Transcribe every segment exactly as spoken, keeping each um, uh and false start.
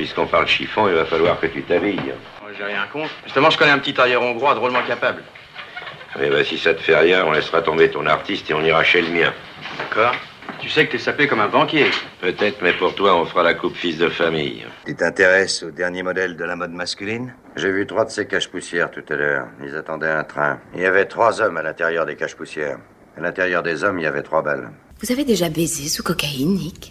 puisqu'on parle chiffon, il va falloir que tu t'habilles. Moi, j'ai rien contre. Justement, je connais un petit tailleur hongrois drôlement capable. Eh ben, si ça te fait rien, on laissera tomber ton artiste et on ira chez le mien. D'accord. Tu sais que t'es sapé comme un banquier. Peut-être, mais pour toi, on fera la coupe fils de famille. Tu t'intéresses au dernier modèle de la mode masculine? J'ai vu trois de ces cache-poussières tout à l'heure. Ils attendaient un train. Il y avait trois hommes à l'intérieur des cache-poussières. À l'intérieur des hommes, il y avait trois balles. Vous avez déjà baisé sous cocaïne, Nick?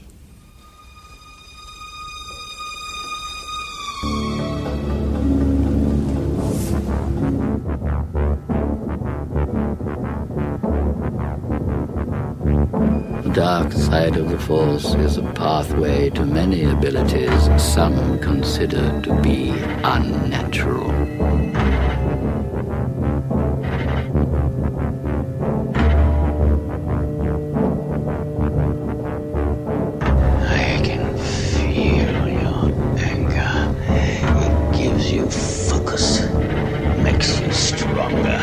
The dark side of the Force is a pathway to many abilities some consider to be unnatural. I can feel your anger. It gives you focus, makes you stronger.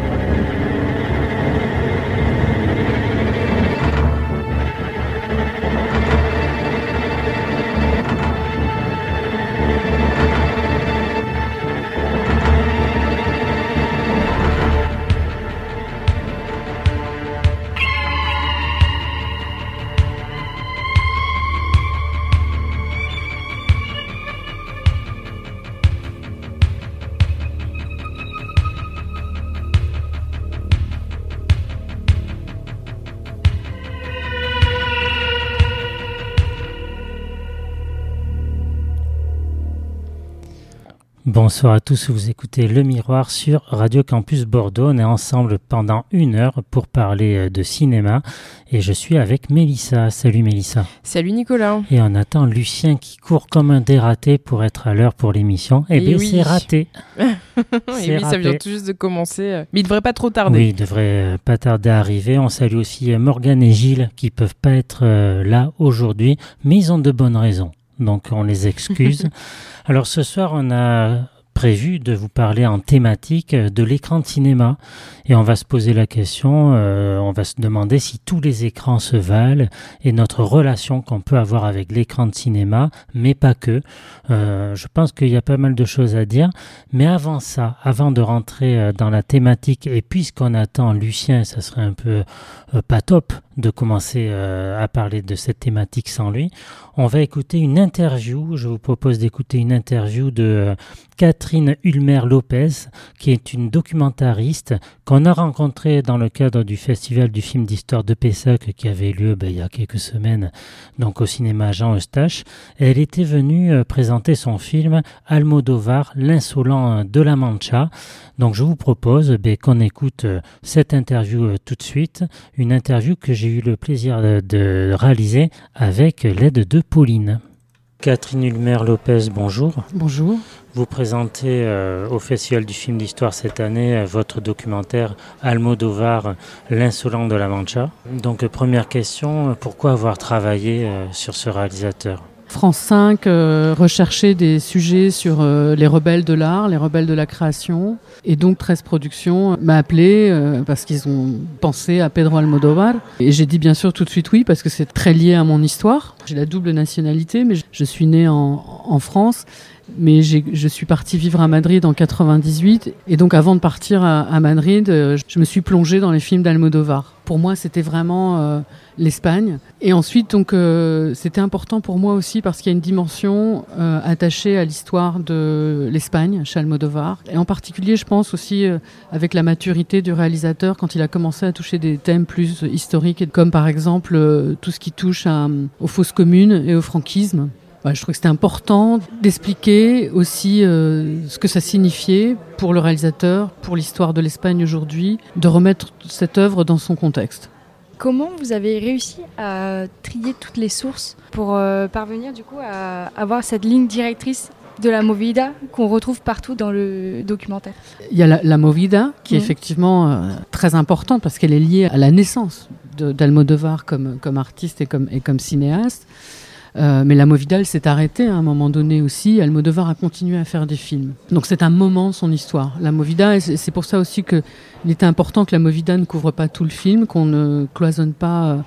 Bonsoir à tous, vous écoutez Le Miroir sur Radio Campus Bordeaux. On est ensemble pendant une heure pour parler de cinéma et je suis avec Mélissa. Salut Mélissa. Salut Nicolas. Et on attend Lucien qui court comme un dératé pour être à l'heure pour l'émission. Eh bien, oui. c'est raté. Et c'est oui, raté. Ça vient tout juste de commencer, mais il devrait pas trop tarder. Oui, il devrait pas tarder à arriver. On salue aussi Morgane et Gilles qui peuvent pas être là aujourd'hui, mais ils ont de bonnes raisons. Donc on les excuse. Alors ce soir, on a prévu de vous parler en thématique de l'écran de cinéma. Et on va se poser la question, euh, on va se demander si tous les écrans se valent et notre relation qu'on peut avoir avec l'écran de cinéma, mais pas que. Euh, je pense qu'il y a pas mal de choses à dire. Mais avant ça, avant de rentrer dans la thématique, et puisqu'on attend Lucien, ça serait un peu euh, pas top de commencer euh, à parler de cette thématique sans lui, on va écouter une interview. Je vous propose d'écouter une interview de euh, Catherine Ulmer-Lopez, qui est une documentariste qu'on a rencontrée dans le cadre du Festival du film d'histoire de Pessac qui avait lieu ben, il y a quelques semaines donc au cinéma Jean Eustache. Elle était venue euh, présenter son film Almodovar, l'insolent de la Mancha. Donc je vous propose ben, qu'on écoute euh, cette interview euh, tout de suite, une interview que j'ai eu le plaisir de, de réaliser avec l'aide de Pauline. Catherine Ulmer-Lopez, bonjour. Bonjour. Vous présentez euh, au Festival du film d'histoire cette année euh, votre documentaire Almodovar, l'insolent de la Mancha. Donc euh, première question, pourquoi avoir travaillé euh, sur ce réalisateur ? France cinq euh, recherchait des sujets sur euh, les rebelles de l'art, les rebelles de la création. Et donc treize Productions m'a appelé euh, parce qu'ils ont pensé à Pedro Almodóvar. Et j'ai dit bien sûr tout de suite oui parce que c'est très lié à mon histoire. J'ai la double nationalité, mais je suis née en, en France. Mais j'ai, je suis partie vivre à Madrid en quatre-vingt-dix-huit. Et donc avant de partir à, à Madrid, euh, je me suis plongée dans les films d'Almodóvar. Pour moi, c'était vraiment euh, l'Espagne. Et ensuite, donc, euh, c'était important pour moi aussi parce qu'il y a une dimension euh, attachée à l'histoire de l'Espagne chez Almodóvar. Et en particulier, je pense aussi euh, avec la maturité du réalisateur quand il a commencé à toucher des thèmes plus historiques, comme par exemple euh, tout ce qui touche à, aux fausses communes et au franquisme. Ouais, je trouve que c'était important d'expliquer aussi euh, ce que ça signifiait pour le réalisateur, pour l'histoire de l'Espagne aujourd'hui, de remettre cette œuvre dans son contexte. Comment vous avez réussi à trier toutes les sources pour euh, parvenir du coup à avoir cette ligne directrice de la Movida qu'on retrouve partout dans le documentaire? Il y a la, la Movida qui mmh. est effectivement euh, très importante parce qu'elle est liée à la naissance de, d'Almodóvar comme, comme artiste et comme, et comme cinéaste. Euh, mais la Movida, elle s'est arrêtée à un moment donné aussi. Almodóvar a continué à faire des films. Donc c'est un moment de son histoire. La Movida, et c'est, c'est pour ça aussi qu'il était important que la Movida ne couvre pas tout le film, qu'on ne cloisonne pas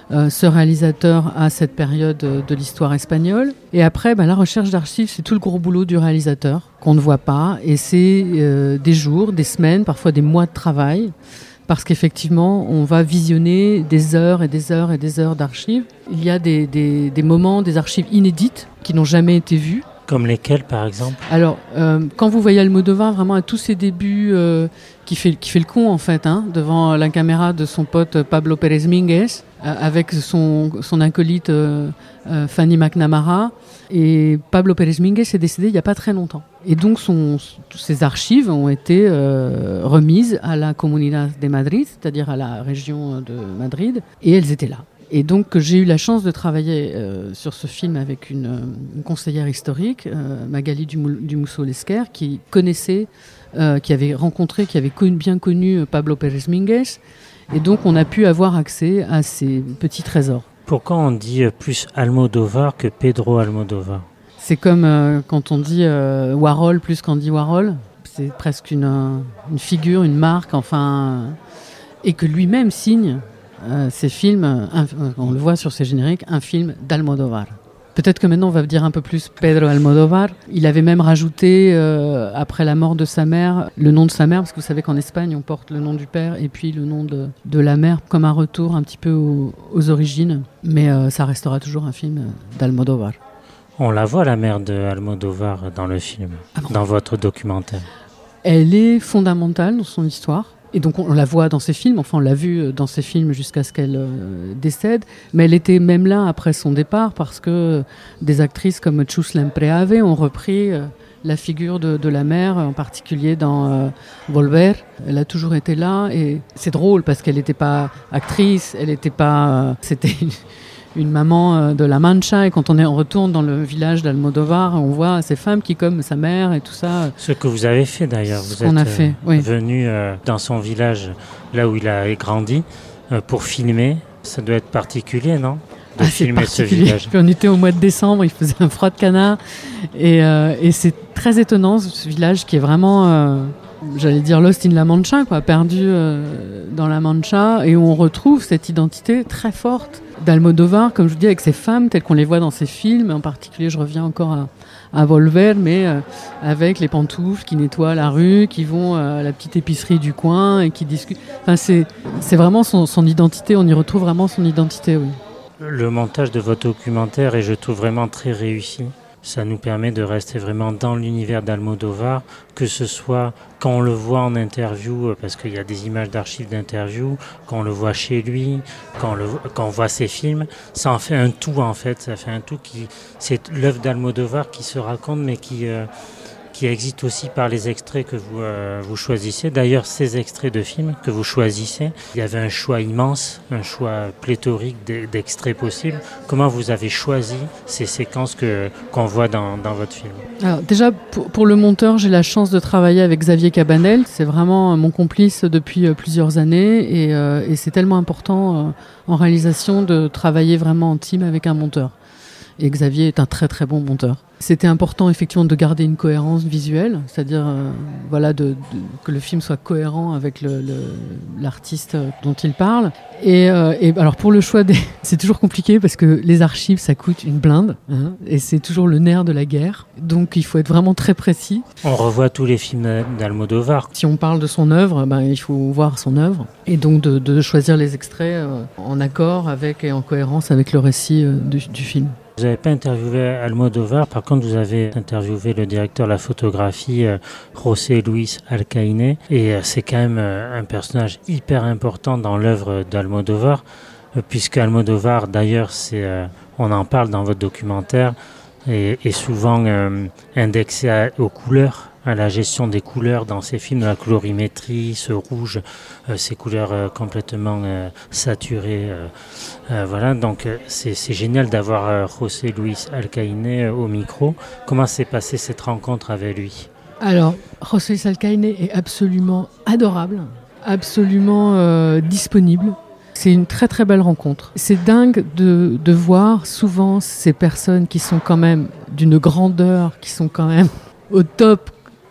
euh, ce réalisateur à cette période de l'histoire espagnole. Et après, bah, la recherche d'archives, c'est tout le gros boulot du réalisateur qu'on ne voit pas. Et c'est euh, des jours, des semaines, parfois des mois de travail. Parce qu'effectivement, on va visionner des heures et des heures et des heures d'archives. Il y a des, des, des moments, des archives inédites qui n'ont jamais été vues. Comme lesquels, par exemple ? Alors, euh, quand vous voyez Almodovar, vraiment à tous ses débuts, euh, qui, fait, qui fait le con, en fait, hein, devant la caméra de son pote Pablo Pérez Minguez, euh, avec son, son acolyte euh, euh, Fanny McNamara. Et Pablo Pérez Minguez est décédé il n'y a pas très longtemps. Et donc, son, ses archives ont été euh, remises à la Comunidad de Madrid, c'est-à-dire à la région de Madrid, et elles étaient là. Et donc, j'ai eu la chance de travailler euh, sur ce film avec une, une conseillère historique, euh, Magali Dumusso-Lesquer, qui connaissait, euh, qui avait rencontré, qui avait connu, bien connu Pablo Pérez Minguez. Et donc, on a pu avoir accès à ces petits trésors. Pourquoi on dit plus Almodovar que Pedro Almodovar ? C'est comme euh, quand on dit euh, Warhol plus qu'Andy Warhol. C'est presque une, une figure, une marque, enfin... Et que lui-même signe... Euh, ces films, un, on le voit sur ces génériques, un film d'Almodovar. Peut-être que maintenant on va dire un peu plus Pedro Almodovar. Il avait même rajouté, euh, après la mort de sa mère, le nom de sa mère, parce que vous savez qu'en Espagne on porte le nom du père et puis le nom de, de la mère, comme un retour un petit peu aux, aux origines. Mais euh, ça restera toujours un film d'Almodovar. On la voit, la mère de Almodovar, dans le film, ah dans votre documentaire. Elle est fondamentale dans son histoire. Et donc on la voit dans ses films, enfin on l'a vue dans ses films jusqu'à ce qu'elle euh, décède, mais elle était même là après son départ parce que des actrices comme Chus Lempreave ont repris euh, la figure de, de la mère, en particulier dans euh, Volver. Elle a toujours été là et c'est drôle parce qu'elle n'était pas actrice, elle n'était pas... Euh, c'était une, une maman de la Mancha, et quand on, est, on retourne dans le village d'Almodovar, on voit ces femmes qui, comme sa mère et tout ça... Ce que vous avez fait d'ailleurs, vous êtes a fait, euh, oui. venu euh, dans son village, là où il a grandi, euh, pour filmer. Ça doit être particulier, non ? De ah, filmer ce village. Puis on était au mois de décembre, il faisait un froid de canard, et, euh, et c'est très étonnant ce village qui est vraiment... Euh, j'allais dire Lost in La Mancha, quoi, perdu euh, dans La Mancha, et où on retrouve cette identité très forte d'Almodovar, comme je vous dis, avec ces femmes telles qu'on les voit dans ses films. En particulier, je reviens encore à, à Volver, mais euh, avec les pantoufles qui nettoient la rue, qui vont à la petite épicerie du coin et qui discutent. Enfin, c'est, c'est vraiment son, son identité, on y retrouve vraiment son identité, oui. Le montage de votre documentaire est, je trouve, vraiment très réussi. Ça nous permet de rester vraiment dans l'univers d'Almodovar, que ce soit quand on le voit en interview, parce qu'il y a des images d'archives d'interview, quand on le voit chez lui, quand on, le, quand on voit ses films. Ça en fait un tout, en fait. Ça fait un tout qui... C'est l'œuvre d'Almodovar qui se raconte, mais qui... Euh, qui existe aussi par les extraits que vous, euh, vous choisissez. D'ailleurs, ces extraits de films que vous choisissez, il y avait un choix immense, un choix pléthorique d'extraits possibles. Comment vous avez choisi ces séquences que, qu'on voit dans, dans votre film ? Alors déjà, pour, pour le monteur, j'ai la chance de travailler avec Xavier Cabanel. C'est vraiment mon complice depuis plusieurs années et, euh, et c'est tellement important euh, en réalisation de travailler vraiment en team avec un monteur. Et Xavier est un très très bon monteur. C'était important effectivement de garder une cohérence visuelle, c'est-à-dire euh, voilà, de, de, que le film soit cohérent avec le, le, l'artiste dont il parle. Et, euh, et alors pour le choix des... c'est toujours compliqué parce que les archives ça coûte une blinde, hein, et c'est toujours le nerf de la guerre. Donc il faut être vraiment très précis. On revoit tous les films d'Almodovar. Si on parle de son œuvre, ben, il faut voir son œuvre. Et donc de, de choisir les extraits euh, en accord avec et en cohérence avec le récit euh, du, du film. Vous n'avez pas interviewé Almodovar, par contre vous avez interviewé le directeur de la photographie, euh, José Luis Alcaine, et euh, c'est quand même euh, un personnage hyper important dans l'œuvre d'Almodovar, euh, puisque Almodovar, d'ailleurs, c'est, euh, on en parle dans votre documentaire, et, et souvent euh, indexé à, aux couleurs, à la gestion des couleurs dans ces films, de la colorimétrie, ce rouge, euh, ces couleurs euh, complètement euh, saturées. Euh, euh, voilà, donc euh, c'est, c'est génial d'avoir euh, José Luis Alcaine euh, au micro. Comment s'est passée cette rencontre avec lui ? Alors, José Luis Alcaine est absolument adorable, absolument euh, disponible. C'est une très très belle rencontre. C'est dingue de, de voir souvent ces personnes qui sont quand même d'une grandeur, qui sont quand même au top,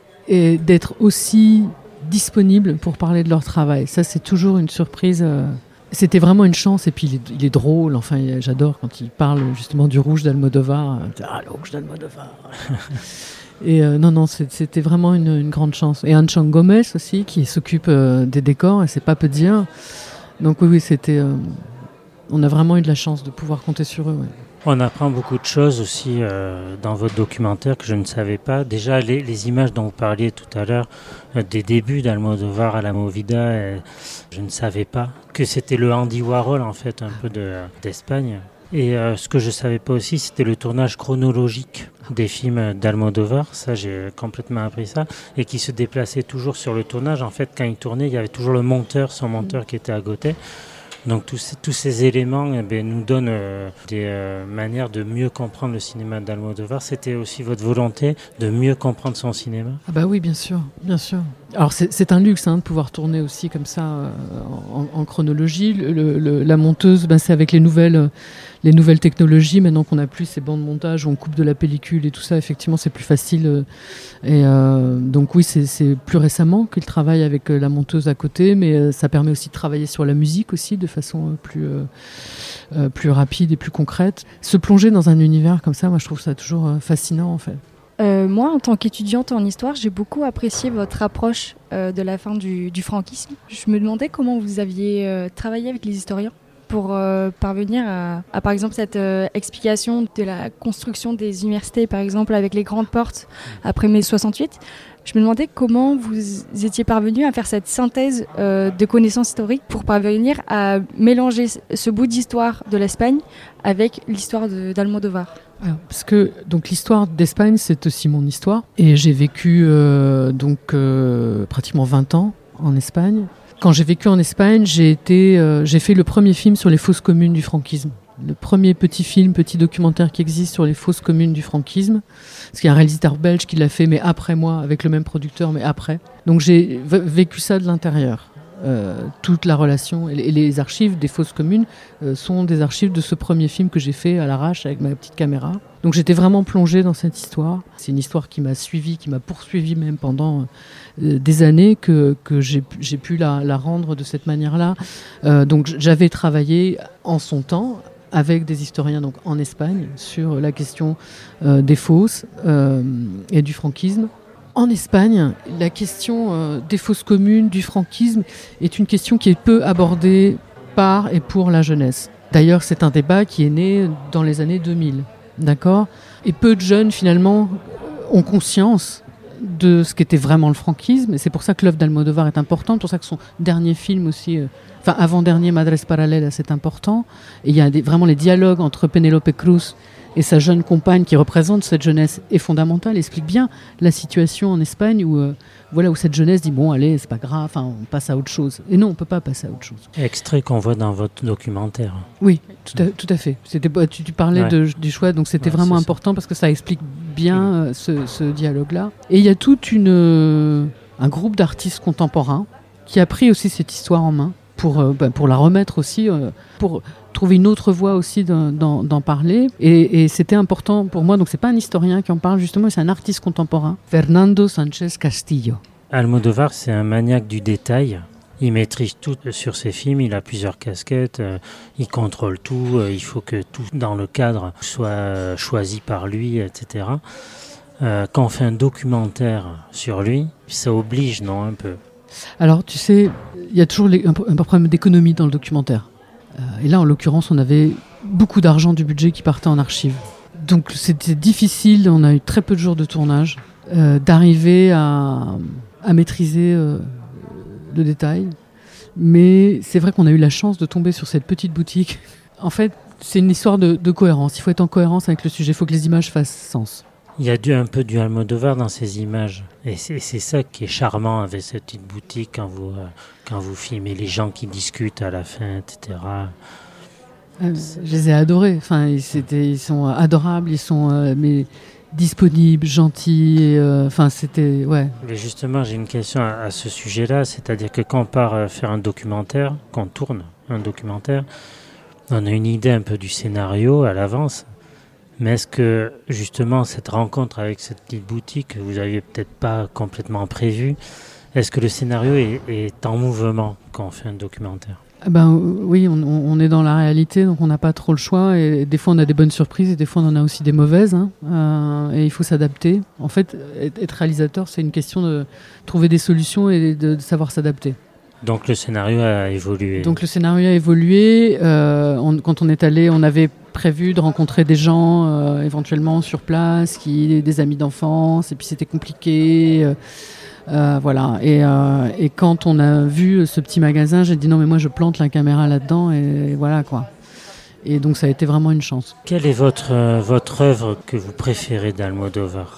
et d'être aussi disponibles pour parler de leur travail. Ça, c'est toujours une surprise. Euh, C'était vraiment une chance, et puis il est, il est drôle, enfin j'adore quand il parle justement du rouge d'Almodovar. Ah, le rouge d'Almodovar. Et euh, non, non, c'était vraiment une, une grande chance. Et Anchang Gomez aussi, qui s'occupe euh, des décors, et c'est pas peu dire. Donc oui, oui, c'était... Euh, on a vraiment eu de la chance de pouvoir compter sur eux. Ouais. On apprend beaucoup de choses aussi euh, dans votre documentaire que je ne savais pas. Déjà, les, les images dont vous parliez tout à l'heure, euh, des débuts d'Almodovar à la Movida, euh, je ne savais pas que c'était le Andy Warhol, en fait, un peu de, d'Espagne. Et euh, ce que je ne savais pas aussi, c'était le tournage chronologique des films d'Almodovar. Ça, j'ai complètement appris ça. Et qui se déplaçait toujours sur le tournage. En fait, quand il tournait, il y avait toujours le monteur, son monteur qui était à côté. Donc tous ces, tous ces éléments eh bien, nous donnent euh, des euh, manières de mieux comprendre le cinéma d'Almodovar. C'était aussi votre volonté de mieux comprendre son cinéma ? Ah bah oui, bien sûr, bien sûr. Alors c'est, c'est un luxe hein, de pouvoir tourner aussi comme ça euh, en, en chronologie. Le, le, la monteuse, ben, c'est avec les nouvelles, euh, les nouvelles technologies. Maintenant qu'on n'a plus ces bancs de montage où on coupe de la pellicule et tout ça, effectivement c'est plus facile. Euh, et euh, donc oui, c'est, c'est plus récemment qu'il travaille avec euh, la monteuse à côté, mais euh, ça permet aussi de travailler sur la musique aussi de façon euh, plus, euh, euh, plus rapide et plus concrète. Se plonger dans un univers comme ça, moi je trouve ça toujours euh, fascinant en fait. Euh, moi, en tant qu'étudiante en histoire, j'ai beaucoup apprécié votre approche euh, de la fin du, du franquisme. Je me demandais comment vous aviez euh, travaillé avec les historiens pour euh, parvenir à, à, par exemple, cette euh, explication de la construction des universités, par exemple, avec les grandes portes après mai soixante-huit. Je me demandais comment vous étiez parvenu à faire cette synthèse euh, de connaissances historiques pour parvenir à mélanger ce bout d'histoire de l'Espagne avec l'histoire de, d'Almodovar. Alors, parce que donc l'histoire d'Espagne, c'est aussi mon histoire. Et j'ai vécu euh, donc euh, pratiquement vingt ans en Espagne. Quand j'ai vécu en Espagne, j'ai été, euh, j'ai fait le premier film sur les fosses communes du franquisme. Le premier petit film, petit documentaire qui existe sur les fosses communes du franquisme. Parce qu'il y a un réalisateur belge qui l'a fait, mais après moi, avec le même producteur, mais après. Donc j'ai v- vécu ça de l'intérieur. Euh, toute la relation et les, et les archives des fosses communes euh, sont des archives de ce premier film que j'ai fait à l'arrache avec ma petite caméra. Donc j'étais vraiment plongée dans cette histoire. C'est une histoire qui m'a suivie, qui m'a poursuivie même pendant euh, des années que, que j'ai, j'ai pu la, la rendre de cette manière-là. Euh, donc j'avais travaillé en son temps avec des historiens donc, en Espagne sur la question euh, des fosses euh, et du franquisme. En Espagne, la question euh, des fosses communes, du franquisme, est une question qui est peu abordée par et pour la jeunesse. D'ailleurs, c'est un débat qui est né dans les années deux mille, d'accord ? Et peu de jeunes, finalement, ont conscience de ce qu'était vraiment le franquisme. Et c'est pour ça que l'œuvre d'Almodovar est importante, pour ça que son dernier film aussi, euh, enfin avant-dernier, Madres Paralelas, c'est important. Et il y a des, vraiment les dialogues entre Penélope Cruz et sa jeune compagne qui représente cette jeunesse est fondamentale, explique bien la situation en Espagne où, euh, voilà, où cette jeunesse dit bon allez c'est pas grave, enfin, on passe à autre chose. Et non, on peut pas passer à autre chose. Extrait qu'on voit dans votre documentaire. Oui, tout à, tout à fait. C'était, tu, tu parlais ouais. de, du choix, donc c'était ouais, vraiment important ça. Parce que ça explique bien oui. euh, ce, ce dialogue-là. Et il y a tout une, euh, un groupe d'artistes contemporains qui a pris aussi cette histoire en main pour, euh, bah, pour la remettre aussi, euh, pour trouver une autre voie aussi d'en, d'en, d'en parler. Et, et c'était important pour moi. Donc, c'est pas un historien qui en parle, justement, c'est un artiste contemporain, Fernando Sánchez Castillo. Almodovar, c'est un maniaque du détail. Il maîtrise tout sur ses films, il a plusieurs casquettes, euh, il contrôle tout, euh, il faut que tout dans le cadre soit euh, choisi par lui, et cetera. Euh, quand on fait un documentaire sur lui, ça oblige, non, un peu. Alors, tu sais, il y a toujours les, un, un problème d'économie dans le documentaire. Et là, en l'occurrence, on avait beaucoup d'argent du budget qui partait en archives. Donc, c'était difficile, on a eu très peu de jours de tournage, euh, d'arriver à, à maîtriser euh, le détail. Mais c'est vrai qu'on a eu la chance de tomber sur cette petite boutique. En fait, c'est une histoire de, de cohérence. Il faut être en cohérence avec le sujet, il faut que les images fassent sens. Il y a du, un peu du Almodovar dans ces images. Et c'est, c'est ça qui est charmant avec cette petite boutique quand vous, euh, quand vous filmez les gens qui discutent à la fin, et cetera. Euh, je les ai adorés. Enfin, c'était, ils sont adorables, ils sont euh, mais disponibles, gentils. Et, euh, enfin, c'était... Ouais. Mais justement, j'ai une question à, à ce sujet-là. C'est-à-dire que quand on part faire un documentaire, quand on tourne un documentaire, on a une idée un peu du scénario à l'avance. Mais est-ce que, justement, cette rencontre avec cette petite boutique que vous n'aviez peut-être pas complètement prévue, est-ce que le scénario est, est en mouvement quand on fait un documentaire ? Ben oui, on, on est dans la réalité, donc on n'a pas trop le choix. Et des fois, on a des bonnes surprises et des fois, on en a aussi des mauvaises. Hein. Euh, et il faut s'adapter. En fait, être réalisateur, c'est une question de trouver des solutions et de, de savoir s'adapter. Donc le scénario a évolué. Donc le scénario a évolué. Euh, on, quand on est allé, on avait prévu de rencontrer des gens euh, éventuellement sur place, qui des amis d'enfance, et puis c'était compliqué. Euh, Euh, voilà. Et, euh, et quand on a vu ce petit magasin, j'ai dit non mais moi je plante la caméra là-dedans et, et voilà quoi. Et donc ça a été vraiment une chance. Quelle est votre euh, votre œuvre que vous préférez d'Almodovar ?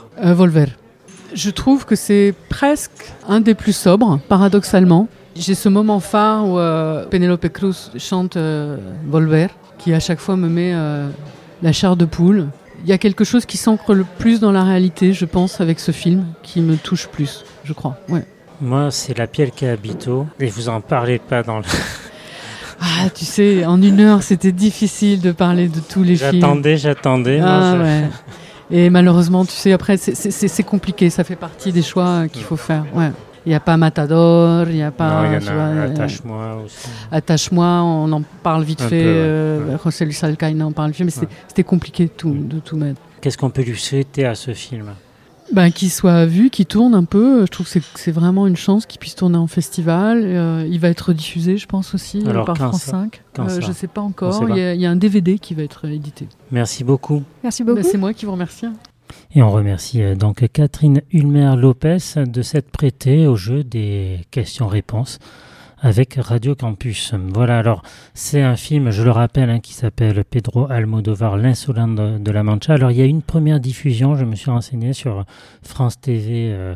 euh, Volver. Je trouve que c'est presque un des plus sobres, paradoxalement. J'ai ce moment phare où euh, Penélope Cruz chante euh, Volver, qui à chaque fois me met euh, la chair de poule. Il y a quelque chose qui s'ancre le plus dans la réalité, je pense, avec ce film, qui me touche plus, je crois. Ouais. Moi, c'est La Piel que habito, et vous en parlez pas dans le... Ah, tu sais, en une heure, c'était difficile de parler de tous les films. J'attendais, j'attendais. Ah, non, je... ouais. Et malheureusement, tu sais, après, c'est, c'est, c'est compliqué, ça fait partie des choix qu'il faut faire. Ouais. Il n'y a pas Matador, il n'y a pas... Non, il y en a vois, Attache-moi euh, aussi. Attache-moi, on en parle vite Un fait. peu, ouais. euh, Ouais. José Luis Alcaïna en parle vite fait, mais c'était, Ouais. c'était compliqué de tout, de tout mettre. Qu'est-ce qu'on peut lui souhaiter à ce film ? Ben, qu'il soit vu, qu'il tourne un peu. Je trouve que c'est, c'est vraiment une chance qu'il puisse tourner en festival. Euh, il va être diffusé, je pense aussi, Alors, par quand France ça cinq. Quand Euh, ça je ne sais pas On encore. sait pas. Il y, a, il y a un D V D qui va être édité. Merci beaucoup. Merci beaucoup. Ben, c'est moi qui vous remercie. Et on remercie euh, donc Catherine Ulmer-Lopez de s'être prêtée au jeu des questions-réponses avec Radio Campus. Voilà, alors c'est un film, je le rappelle, hein, qui s'appelle Pedro Almodóvar, l'insolent de, de la Mancha. Alors il y a une première diffusion, je me suis renseigné sur France T V, euh,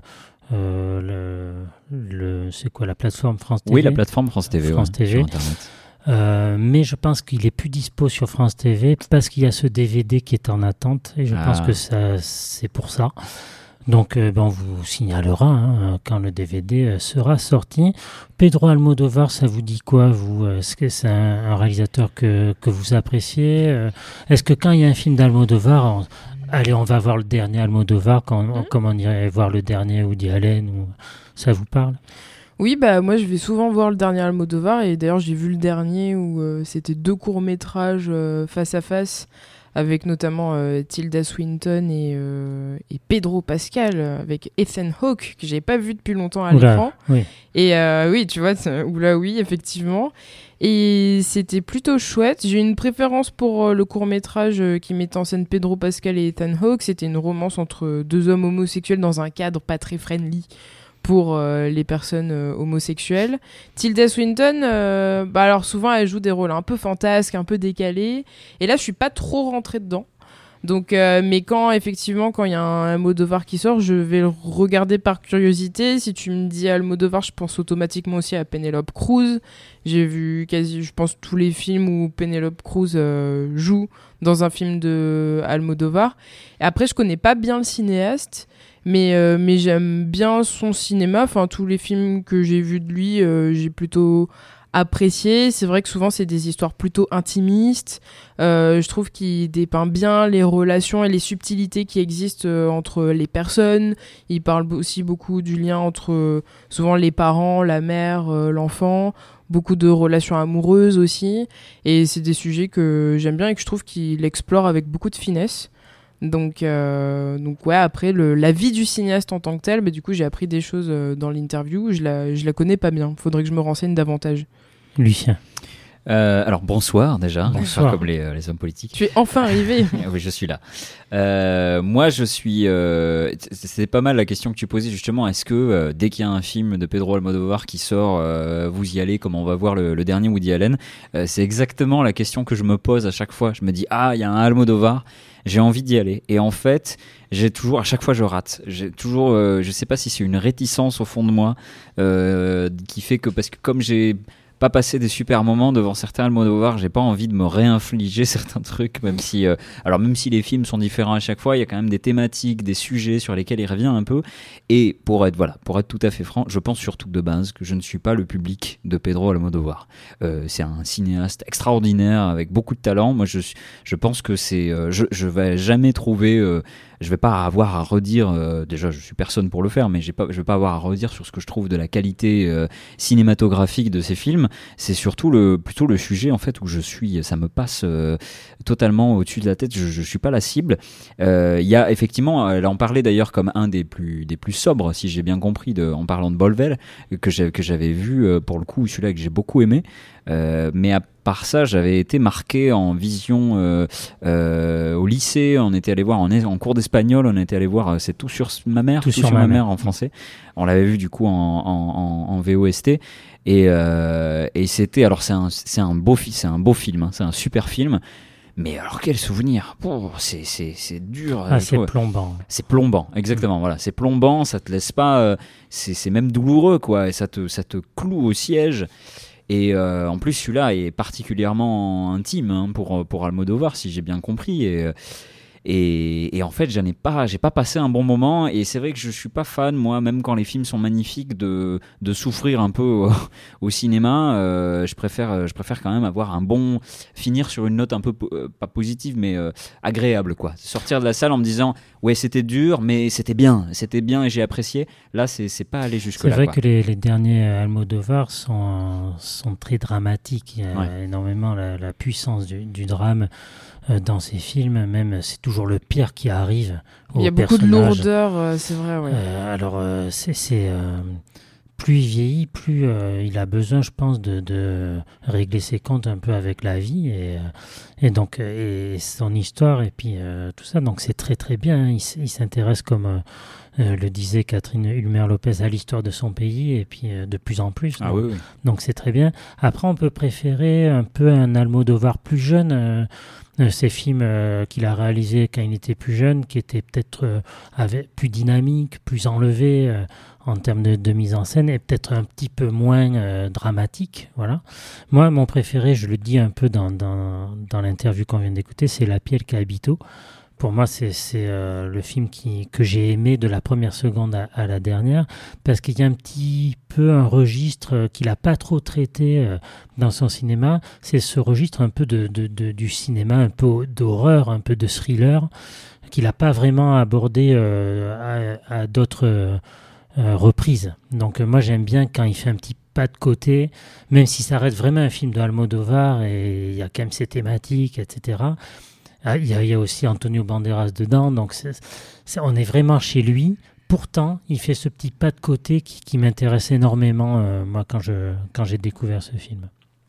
euh, le, le, c'est quoi la plateforme France T V ? Oui, la plateforme France T V, France ouais, T V. sur Internet. Euh, mais je pense qu'il est plus dispo sur France T V parce qu'il y a ce D V D qui est en attente et je Ah. pense que ça, c'est pour ça. Donc euh, ben, on vous signalera hein, quand le D V D euh, sera sorti. Pedro Almodóvar, ça vous dit quoi vous ? Est-ce que c'est un, un réalisateur que, que vous appréciez ? euh, Est-ce que quand il y a un film d'Almodóvar, on, allez on va voir le dernier Almodóvar, quand, Mmh. comme on irait voir le dernier Woody Allen ou... Ça vous parle ? Oui, bah moi je vais souvent voir le dernier Almodóvar et d'ailleurs j'ai vu le dernier où euh, c'était deux courts-métrages euh, face à face avec notamment euh, Tilda Swinton et, euh, et Pedro Pascal euh, avec Ethan Hawke que j'avais pas vu depuis longtemps à Oula, l'écran. oui. Et euh, oui, tu vois, c'est- oula oui, effectivement. Et c'était plutôt chouette. J'ai une préférence pour euh, le court-métrage euh, qui mettait en scène Pedro Pascal et Ethan Hawke. C'était une romance entre deux hommes homosexuels dans un cadre pas très friendly pour euh, les personnes euh, homosexuelles. Tilda Swinton, euh, bah alors souvent elle joue des rôles un peu fantasques, un peu décalés. Et là, je suis pas trop rentrée dedans. Donc, euh, mais quand effectivement, quand il y a un Almodóvar qui sort, je vais le regarder par curiosité. Si tu me dis Almodóvar, je pense automatiquement aussi à Penélope Cruz. J'ai vu quasi, je pense, tous les films où Penélope Cruz euh, joue dans un film de Almodóvar. Et après, je connais pas bien le cinéaste, mais euh, mais j'aime bien son cinéma. Enfin, tous les films que j'ai vus de lui, euh, j'ai plutôt apprécié. C'est vrai que souvent c'est des histoires plutôt intimistes. Euh, je trouve qu'il dépeint bien les relations et les subtilités qui existent euh, entre les personnes. Il parle aussi beaucoup du lien entre euh, souvent les parents, la mère, euh, l'enfant. Beaucoup de relations amoureuses aussi. Et c'est des sujets que j'aime bien et que je trouve qu'il explore avec beaucoup de finesse. Donc, euh, donc ouais, après, le, la vie du cinéaste en tant que tel, bah, du coup, j'ai appris des choses euh, dans l'interview. Je la, je la connais pas bien. Faudrait que je me renseigne davantage. Lucien. Euh, alors bonsoir déjà, Bonsoir. comme les, euh, les hommes politiques. Tu es enfin arrivé. Oui, je suis là. Euh, moi, je suis. Euh, c'est pas mal la question que tu posais justement. Est-ce que euh, dès qu'il y a un film de Pedro Almodóvar qui sort, euh, vous y allez comme on va voir le, le dernier Woody Allen? euh, C'est exactement la question que je me pose à chaque fois. Je me dis ah, il y a un Almodóvar, j'ai envie d'y aller. Et en fait, j'ai toujours, à chaque fois, je rate. J'ai toujours, euh, je sais pas si c'est une réticence au fond de moi euh, qui fait que parce que comme j'ai pas passer des super moments devant certains Almodóvar, j'ai pas envie de me réinfliger certains trucs, même si euh, alors même si les films sont différents à chaque fois, il y a quand même des thématiques, des sujets sur lesquels il revient un peu. Et pour être voilà, pour être tout à fait franc, je pense surtout de base que je ne suis pas le public de Pedro Almodóvar. Euh, c'est un cinéaste extraordinaire avec beaucoup de talent. Moi, je je pense que c'est, euh, je je vais jamais trouver euh, je vais pas avoir à redire. Euh, déjà, je suis personne pour le faire, mais j'ai pas, je vais pas avoir à redire sur ce que je trouve de la qualité euh, cinématographique de ces films. C'est surtout le, plutôt le sujet en fait où je suis, ça me passe euh, totalement au-dessus de la tête. Je, je suis pas la cible. Il euh, y a effectivement, elle en parlait d'ailleurs comme un des plus, des plus sobres, si j'ai bien compris, de, en parlant de Bolvel, que j'avais, que j'avais vu euh, pour le coup, celui-là que j'ai beaucoup aimé. Euh, mais à part ça, j'avais été marqué en vision euh, euh, au lycée. On était allé voir en, en cours d'espagnol. On était allé voir euh, c'est tout sur ma mère, tout, tout sur, sur ma, ma mère. mère en français. On l'avait vu du coup en, en, en, en V O S T et, euh, et c'était alors c'est un c'est un beau c'est un beau film, hein, c'est un super film. Mais alors quel souvenir, oh, c'est c'est c'est dur. Ah, c'est plombant. C'est plombant, exactement. Mmh. Voilà, c'est plombant. Ça te laisse pas. Euh, c'est c'est même douloureux quoi. Et ça te ça te cloue au siège. Et euh, en plus, celui-là est particulièrement intime hein, pour pour Almodovar, si j'ai bien compris. Et et, et en fait, j'en ai pas, j'ai pas passé un bon moment. Et c'est vrai que je suis pas fan, moi, même quand les films sont magnifiques, de de souffrir un peu au, au cinéma. Euh, je préfère, je préfère quand même avoir un bon, finir sur une note un peu euh, pas positive, mais euh, agréable, quoi. Sortir de la salle en me disant, ouais, c'était dur, mais c'était bien, c'était bien et j'ai apprécié. Là, c'est c'est pas aller jusque là. C'est vrai quoi. que les, les derniers Almodovar sont sont très dramatiques. Il y a ouais. énormément la, la puissance du, du drame. Dans ces films, même c'est toujours le pire qui arrive au personnage. Il y a beaucoup de lourdeur, euh, c'est vrai. Ouais. Euh, alors, euh, c'est, c'est euh, plus il vieillit, plus euh, il a besoin, je pense, de, de régler ses comptes un peu avec la vie et, et donc et son histoire et puis euh, tout ça. Donc c'est très très bien. Il, il s'intéresse comme euh, le disait Catherine Ulmer-Lopez à l'histoire de son pays et puis euh, de plus en plus. Ah donc, oui, oui. donc c'est très bien. Après, on peut préférer un peu un Almodovar plus jeune. Euh, ces films euh, qu'il a réalisés quand il était plus jeune, qui étaient peut-être euh, avec, plus dynamiques, plus enlevés euh, en termes de, de mise en scène et peut-être un petit peu moins euh, dramatiques. Voilà. Moi, mon préféré, je le dis un peu dans, dans, dans l'interview qu'on vient d'écouter, c'est La piel che abito. Pour moi, c'est, c'est euh, le film qui, que j'ai aimé de la première seconde à, à la dernière, parce qu'il y a un petit peu un registre euh, qu'il n'a pas trop traité euh, dans son cinéma. C'est ce registre un peu de, de, de, du cinéma, un peu d'horreur, un peu de thriller, qu'il n'a pas vraiment abordé euh, à, à d'autres euh, euh, reprises. Donc euh, moi, j'aime bien quand il fait un petit pas de côté, même si ça reste vraiment un film de Almodovar, et il y a quand même ses thématiques, et cetera. Ah, il, y a, il y a aussi Antonio Banderas dedans, donc c'est, c'est, on est vraiment chez lui. Pourtant, il fait ce petit pas de côté qui, qui m'intéresse énormément, euh, moi, quand, je, quand j'ai découvert ce film.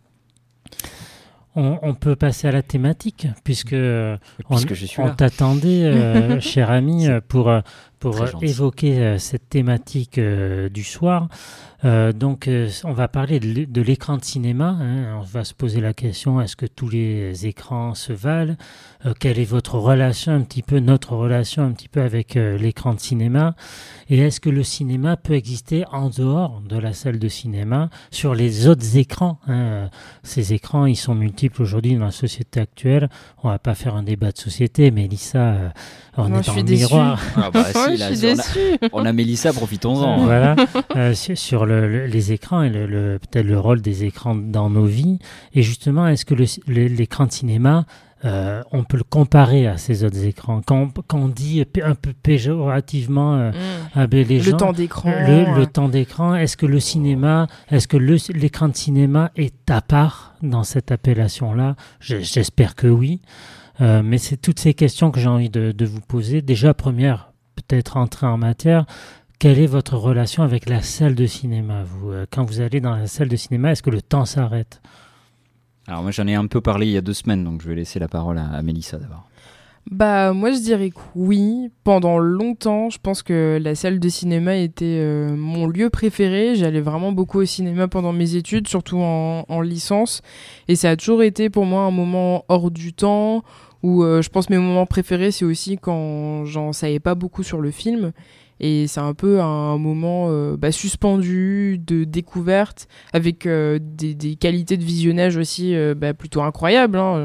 On, on peut passer à la thématique, puisque, puisque on, je suis on là. t'attendait, euh, cher ami, pour, pour évoquer euh, cette thématique euh, du soir. Euh, donc, euh, on va parler de, de l'écran de cinéma. Hein. On va se poser la question, est-ce que tous les écrans se valent ? euh, Quelle est votre relation, un petit peu, notre relation un petit peu avec euh, l'écran de cinéma ? Et est-ce que le cinéma peut exister en dehors de la salle de cinéma, sur les autres écrans, hein ? Ces écrans, ils sont multiples aujourd'hui dans la société actuelle. On va pas faire un débat de société, mais Mélissa, euh, on non, est dans le miroir. Ah bah, si, je là, suis on, déçue. a, on a Mélissa, profitons-en. Voilà, euh, sur, sur le, le, les écrans et le, le, peut-être le rôle des écrans dans nos vies. Et justement, est-ce que le, le, l'écran de cinéma, euh, on peut le comparer à ces autres écrans ? Quand on, quand on dit un peu péjorativement euh, mmh. ah ben les le gens, temps d'écran, le, ouais. le temps d'écran, est-ce que le cinéma, est-ce que le, l'écran de cinéma est à part dans cette appellation-là ? J'espère que oui. Euh, mais c'est toutes ces questions que j'ai envie de, de vous poser. Déjà, première, peut-être entrer en matière. Quelle est votre relation avec la salle de cinéma, vous, euh, quand vous allez dans la salle de cinéma, est-ce que le temps s'arrête ? Alors moi, j'en ai un peu parlé il y a deux semaines, donc je vais laisser la parole à, à Mélissa d'abord. Bah moi je dirais que oui. Pendant longtemps, je pense que la salle de cinéma était euh, mon lieu préféré. J'allais vraiment beaucoup au cinéma pendant mes études, surtout en, en licence. Et ça a toujours été pour moi un moment hors du temps, où euh, je pense mes moments préférés, c'est aussi quand j'en savais pas beaucoup sur le film. Et c'est un peu un moment euh, bah, suspendu, de découverte, avec euh, des, des qualités de visionnage aussi euh, bah, plutôt incroyables. Hein.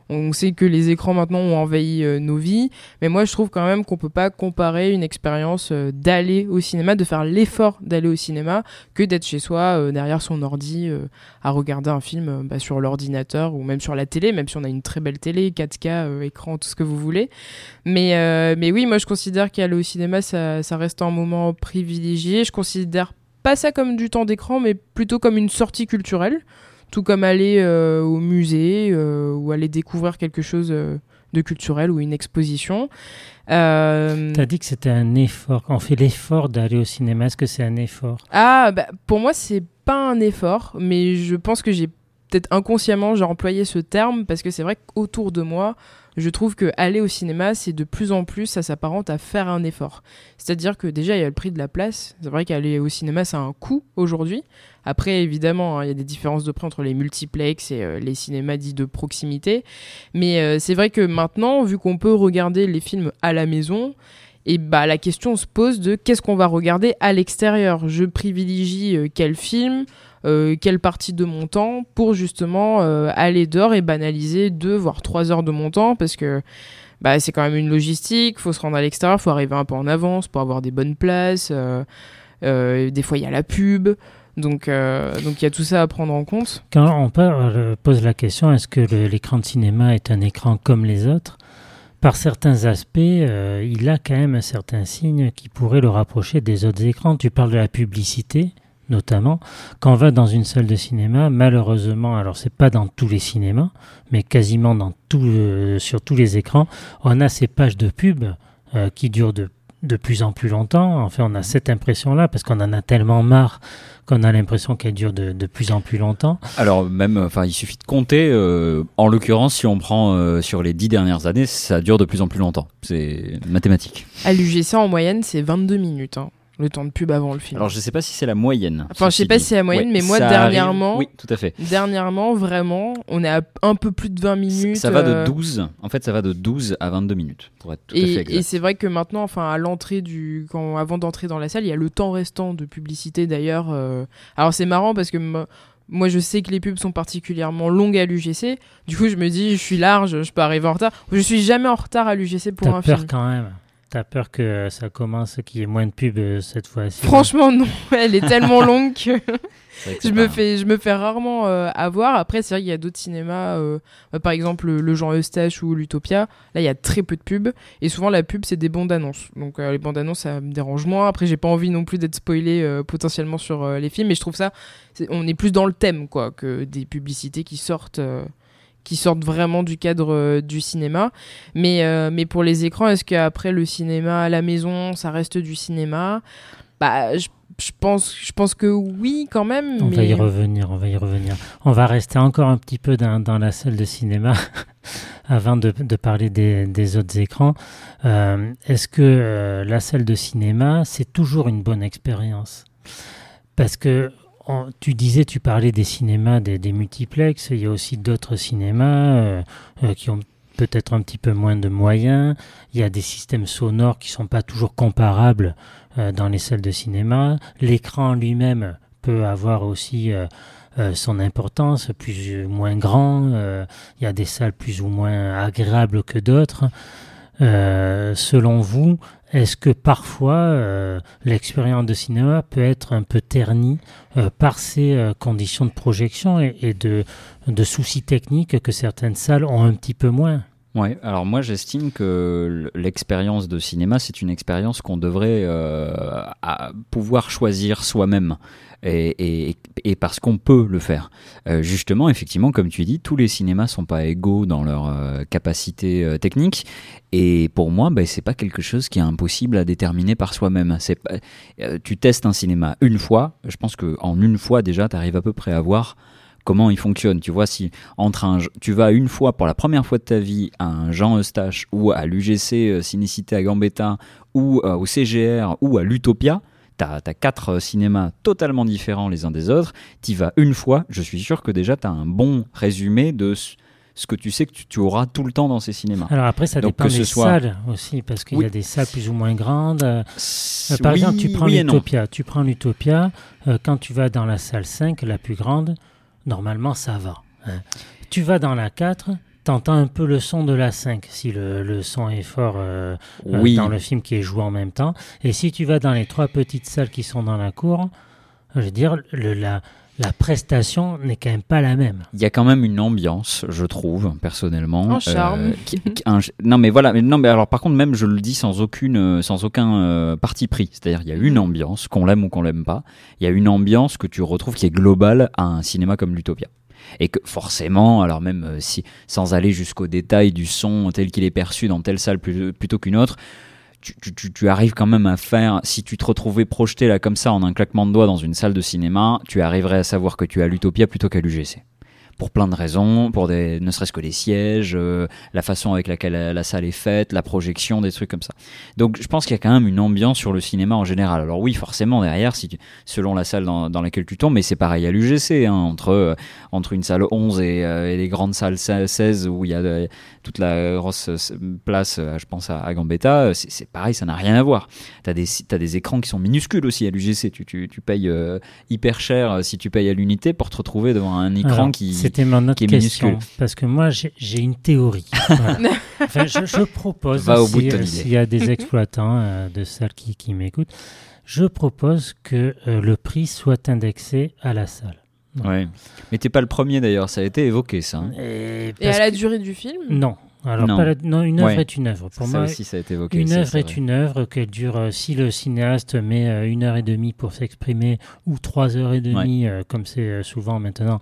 On sait que les écrans maintenant ont envahi euh, nos vies, mais moi je trouve quand même qu'on peut pas comparer une expérience euh, d'aller au cinéma, de faire l'effort d'aller au cinéma, que d'être chez soi euh, derrière son ordi euh, à regarder un film euh, bah, sur l'ordinateur ou même sur la télé, même si on a une très belle télé, quatre K, euh, écran, tout ce que vous voulez. Mais, euh, mais oui, moi je considère qu'aller au cinéma, ça, ça reste un moment privilégié. Je considère pas ça comme du temps d'écran, mais plutôt comme une sortie culturelle. Tout comme aller euh, au musée euh, ou aller découvrir quelque chose euh, de culturel ou une exposition. Euh... Tu as dit que c'était un effort. On fait l'effort d'aller au cinéma. Est-ce que c'est un effort ? Ah, bah, pour moi, c'est pas un effort, mais je pense que j'ai peut-être inconsciemment j'ai employé ce terme parce que c'est vrai qu'autour de moi, je trouve que aller au cinéma, c'est de plus en plus, ça s'apparente à faire un effort. C'est-à-dire que déjà, il y a le prix de la place. C'est vrai qu'aller au cinéma, ça a un coût aujourd'hui. Après, évidemment, il hein, y a des différences de prix entre les multiplex et euh, les cinémas dits de proximité. Mais euh, c'est vrai que maintenant, vu qu'on peut regarder les films à la maison, et bah, la question se pose de qu'est-ce qu'on va regarder à l'extérieur. Je privilégie euh, quel film Euh, quelle partie de mon temps pour justement euh, aller dehors et banaliser deux voire trois heures de mon temps parce que bah, c'est quand même une logistique, faut se rendre à l'extérieur, faut arriver un peu en avance pour avoir des bonnes places, euh, euh, des fois il y a la pub, donc euh, donc il y a tout ça à prendre en compte. Quand on parle, pose la question, est-ce que le, l'écran de cinéma est un écran comme les autres ? Par certains aspects, euh, il a quand même un certain signe qui pourrait le rapprocher des autres écrans. Tu parles de la publicité, notamment. Quand on va dans une salle de cinéma, malheureusement, alors c'est pas dans tous les cinémas, mais quasiment dans tout, euh, sur tous les écrans, on a ces pages de pub euh, qui durent de, de plus en plus longtemps. En fait, on a cette impression-là, parce qu'on en a tellement marre qu'on a l'impression qu'elle dure de, de plus en plus longtemps. Alors même, enfin, il suffit de compter. Euh, en l'occurrence, si on prend euh, sur les dix dernières années, ça dure de plus en plus longtemps. C'est mathématique. À l'U G C, en moyenne, c'est vingt-deux minutes, hein. Le temps de pub avant le film. Alors je sais pas si c'est la moyenne. Enfin je sais pas dit. si c'est la moyenne, ouais, mais moi ça dernièrement, arrive... oui, tout à fait. Dernièrement, vraiment, on est à un peu plus de vingt minutes. Ça va de euh... douze. En fait, ça va de douze à vingt-deux minutes pour être tout et, à fait exact. Et c'est vrai que maintenant, enfin à l'entrée du, quand avant d'entrer dans la salle, il y a le temps restant de publicité d'ailleurs. Euh... Alors c'est marrant parce que m- moi je sais que les pubs sont particulièrement longues à l'U G C. Du coup, je me dis, je suis large, je peux arriver en retard. Je suis jamais en retard à l'U G C pour T'as un peur film. Quand même. T'as peur que ça commence, qu'il y ait moins de pubs euh, cette fois-ci? Franchement, non. Elle est tellement longue que je me fais, je me fais rarement euh, avoir. Après, c'est vrai qu'il y a d'autres cinémas, euh, euh, par exemple le, le Jean Eustache ou l'Utopia. Là, il y a très peu de pubs. Et souvent, la pub, c'est des bandes annonces. Donc, euh, les bandes annonces, ça me dérange moins. Après, j'ai pas envie non plus d'être spoilé euh, potentiellement sur euh, les films. Mais je trouve ça, c'est, on est plus dans le thème, quoi, que des publicités qui sortent. Euh, qui sortent vraiment du cadre euh, du cinéma. Mais, euh, mais pour les écrans, est-ce qu'après le cinéma à la maison, ça reste du cinéma ? Bah, je, je, pense, je pense que oui, quand même. On mais... va y revenir, on va y revenir. On va rester encore un petit peu dans, dans la salle de cinéma avant de, de parler des, des autres écrans. Euh, est-ce que euh, la salle de cinéma, c'est toujours une bonne expérience ? Parce que On, tu disais, tu parlais des cinémas, des, des multiplex. Il y a aussi d'autres cinémas euh, euh, qui ont peut-être un petit peu moins de moyens. Il y a des systèmes sonores qui ne sont pas toujours comparables euh, dans les salles de cinéma. L'écran lui-même peut avoir aussi euh, euh, son importance, plus ou moins grand. Euh, il y a des salles plus ou moins agréables que d'autres. Euh, selon vous, est-ce que parfois euh, l'expérience de cinéma peut être un peu ternie euh, par ces euh, conditions de projection et, et de, de soucis techniques que certaines salles ont un petit peu moins ? Ouais, alors moi j'estime que l'expérience de cinéma, c'est une expérience qu'on devrait euh, à pouvoir choisir soi-même. Et, et, et parce qu'on peut le faire. Euh, justement, effectivement, comme tu dis, tous les cinémas sont pas égaux dans leur euh, capacité euh, technique. Et pour moi, bah, c'est pas quelque chose qui est impossible à déterminer par soi-même. C'est pas, euh, tu testes un cinéma une fois, je pense qu'en une fois déjà, tu arrives à peu près à voir comment il fonctionne. Tu vois, si entre un, tu vas une fois pour la première fois de ta vie à un Jean Eustache ou à l'U G C euh, Cinécité à Gambetta ou euh, au C G R ou à l'Utopia, T'as, t'as quatre cinémas totalement différents les uns des autres, t'y vas une fois, je suis sûr que déjà t'as un bon résumé de ce que tu sais que tu, tu auras tout le temps dans ces cinémas. Alors après, ça Donc, dépend des soit... salles aussi, parce qu'il oui. y a des salles plus ou moins grandes. Euh, par oui, exemple, tu prends oui l'Utopia, tu prends l'Utopia, euh, quand tu vas dans la salle cinq, la plus grande, normalement ça va. Hein. Tu vas dans la quatre, t'entends un peu le son de la cinq, si le, le son est fort euh, oui. euh, dans le film qui est joué en même temps. Et si tu vas dans les trois petites salles qui sont dans la cour, je veux dire, le, la, la prestation n'est quand même pas la même. Il y a quand même une ambiance, je trouve, personnellement. Un charme. Euh, qui, qui, un, non, mais voilà. Mais non, mais alors, par contre, même, je le dis sans aucune, sans aucun euh, parti pris. C'est-à-dire, il y a une ambiance, qu'on l'aime ou qu'on l'aime pas. Il y a une ambiance que tu retrouves qui est globale à un cinéma comme l'Utopia. Et que forcément, alors même euh, si, sans aller jusqu'au détail du son tel qu'il est perçu dans telle salle plus, plutôt qu'une autre, Tu, tu, tu arrives quand même à faire, si tu te retrouvais projeté là comme ça en un claquement de doigts dans une salle de cinéma, tu arriverais à savoir que tu es à l'Utopia plutôt qu'à l'U G C. Pour plein de raisons, pour des, ne serait-ce que les sièges, euh, la façon avec laquelle la, la salle est faite, la projection, des trucs comme ça. Donc je pense qu'il y a quand même une ambiance sur le cinéma en général. Alors oui, forcément derrière, si tu, selon la salle dans, dans laquelle tu tombes, mais c'est pareil à l'U G C, hein, entre, euh, entre une salle onze et, euh, et les grandes salles seize où il y a euh, toute la grosse place, euh, je pense à, à Gambetta, c'est, c'est pareil, ça n'a rien à voir. T'as des, t'as des écrans qui sont minuscules aussi à l'U G C, tu, tu, tu payes euh, hyper cher si tu payes à l'unité pour te retrouver devant un écran Alors, qui... C'était mon autre question, parce que moi j'ai, j'ai une théorie. Voilà. Enfin, je, je propose, Va au si, bout de ton s'il idée. y a des exploitants euh, de salles qui, qui m'écoutent, je propose que euh, le prix soit indexé à la salle. Voilà. Ouais. Mais t'es pas le premier d'ailleurs, ça a été évoqué ça. Hein. Et, Et à la durée du film ? Non. Alors, non. Pas la, non, une œuvre ouais. est une œuvre. Pour ça moi, aussi, ça a été évoqué. une ça, œuvre est une œuvre qu'elle dure. Euh, si le cinéaste met euh, une heure et demie pour s'exprimer ou trois heures et demie, ouais. euh, comme c'est euh, souvent maintenant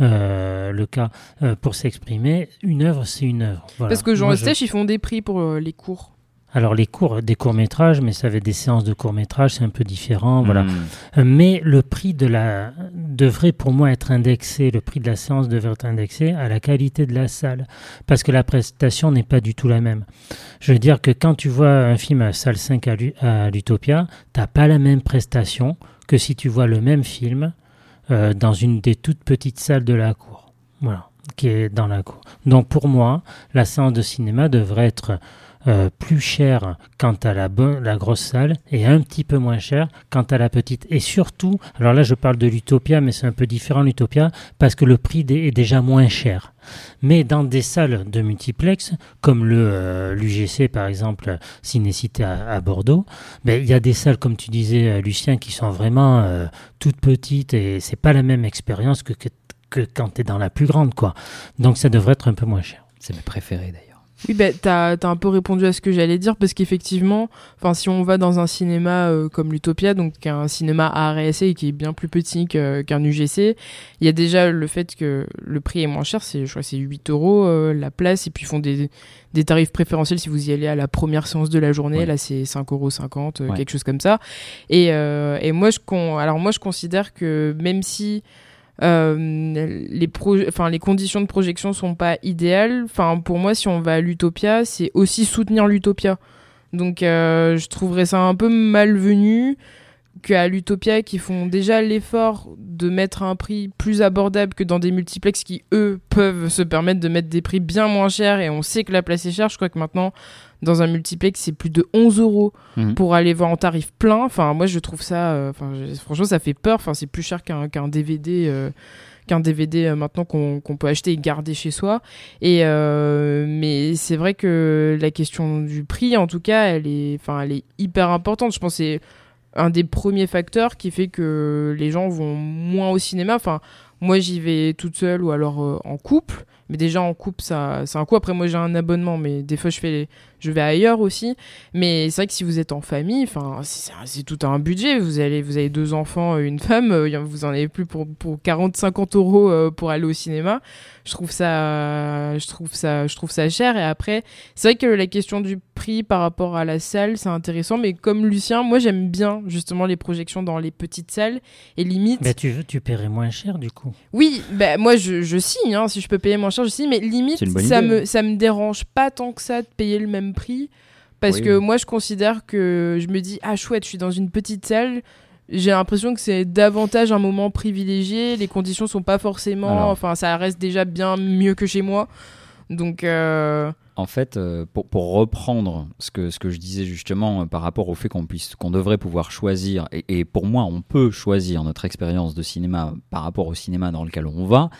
euh, le cas euh, pour s'exprimer, une œuvre c'est une œuvre. Voilà. Parce que Jean Moi, Estèche, je... ils font des prix pour euh, les cours. Alors les cours, des courts-métrages, mais ça va être des séances de courts-métrages, c'est un peu différent, mmh. voilà. Euh, mais le prix de la devrait pour moi être indexé, le prix de la séance devrait être indexé à la qualité de la salle, parce que la prestation n'est pas du tout la même. Je veux dire que quand tu vois un film à salle cinq à, à l'Utopia, t'as pas la même prestation que si tu vois le même film euh, dans une des toutes petites salles de la cour, voilà, qui est dans la cour. Donc pour moi, la séance de cinéma devrait être Euh, plus cher quant à la, bo- la grosse salle et un petit peu moins cher quant à la petite. Et surtout, alors là je parle de l'Utopia, mais c'est un peu différent l'Utopia, parce que le prix d- est déjà moins cher. Mais dans des salles de multiplex, comme le, euh, l'U G C par exemple, Cinécité à, à Bordeaux, ben, il y a des salles, comme tu disais euh, Lucien, qui sont vraiment euh, toutes petites et c'est pas la même expérience que, que, que quand tu es dans la plus grande, quoi. Donc ça devrait être un peu moins cher. C'est mes préférés d'ailleurs. Oui, bah, t'as, t'as un peu répondu à ce que j'allais dire, parce qu'effectivement, si on va dans un cinéma euh, comme l'Utopia, donc un cinéma A R S C qui est bien plus petit que, qu'un U G C, il y a déjà le fait que le prix est moins cher, c'est, je crois que c'est huit euros euh, la place, et puis ils font des, des tarifs préférentiels si vous y allez à la première séance de la journée, ouais. Là c'est cinq euros cinquante, euh, ouais. Quelque chose comme ça. Et, euh, et moi, je con... Alors, moi, je considère que même si Euh, les, pro- enfin, les conditions de projection sont pas idéales. Enfin, pour moi, si on va à l'Utopia, c'est aussi soutenir l'Utopia. Donc, euh, je trouverais ça un peu malvenu qu'à l'Utopia, qui font déjà l'effort de mettre un prix plus abordable que dans des multiplex qui, eux, peuvent se permettre de mettre des prix bien moins chers, et on sait que la place est chère. Je crois que maintenant, dans un multiplex, c'est plus de onze euros mmh. pour aller voir en tarif plein. Enfin, moi, je trouve ça... Euh, je, franchement, ça fait peur. Enfin, c'est plus cher qu'un, qu'un D V D... Euh, qu'un D V D euh, maintenant qu'on, qu'on peut acheter et garder chez soi. Et, euh, mais c'est vrai que la question du prix, en tout cas, elle est, elle est hyper importante. Je pense que c'est un des premiers facteurs qui fait que les gens vont moins au cinéma. Enfin, moi, j'y vais toute seule ou alors euh, en couple. Mais déjà, en couple, ça, c'est un coût. Après, moi, j'ai un abonnement, mais des fois, je, fais les... je vais ailleurs aussi. Mais c'est vrai que si vous êtes en famille, c'est, c'est tout un budget. Vous, allez, vous avez deux enfants, une femme, vous en avez plus pour, pour quarante à cinquante euros pour aller au cinéma. Je trouve ça, je trouve ça, je trouve ça cher. Et après, c'est vrai que la question du prix par rapport à la salle, c'est intéressant. Mais comme Lucien, moi, j'aime bien justement les projections dans les petites salles. Et limite... Mais tu, tu paierais moins cher, du coup. Oui, bah, moi, je, je signe. Hein, si je peux payer moins cher, je signe. Mais limite, ça me, ça me dérange pas tant que ça de payer le même prix. Parce oui. que moi, je considère que je me dis, ah chouette, je suis dans une petite salle... J'ai l'impression que c'est davantage un moment privilégié. Les conditions sont pas forcément... Alors, enfin, ça reste déjà bien mieux que chez moi. Donc... Euh... En fait, euh, pour, pour reprendre ce que, ce que je disais justement euh, par rapport au fait qu'on, puisse, qu'on devrait pouvoir choisir, et, et pour moi, on peut choisir notre expérience de cinéma par rapport au cinéma dans lequel on va,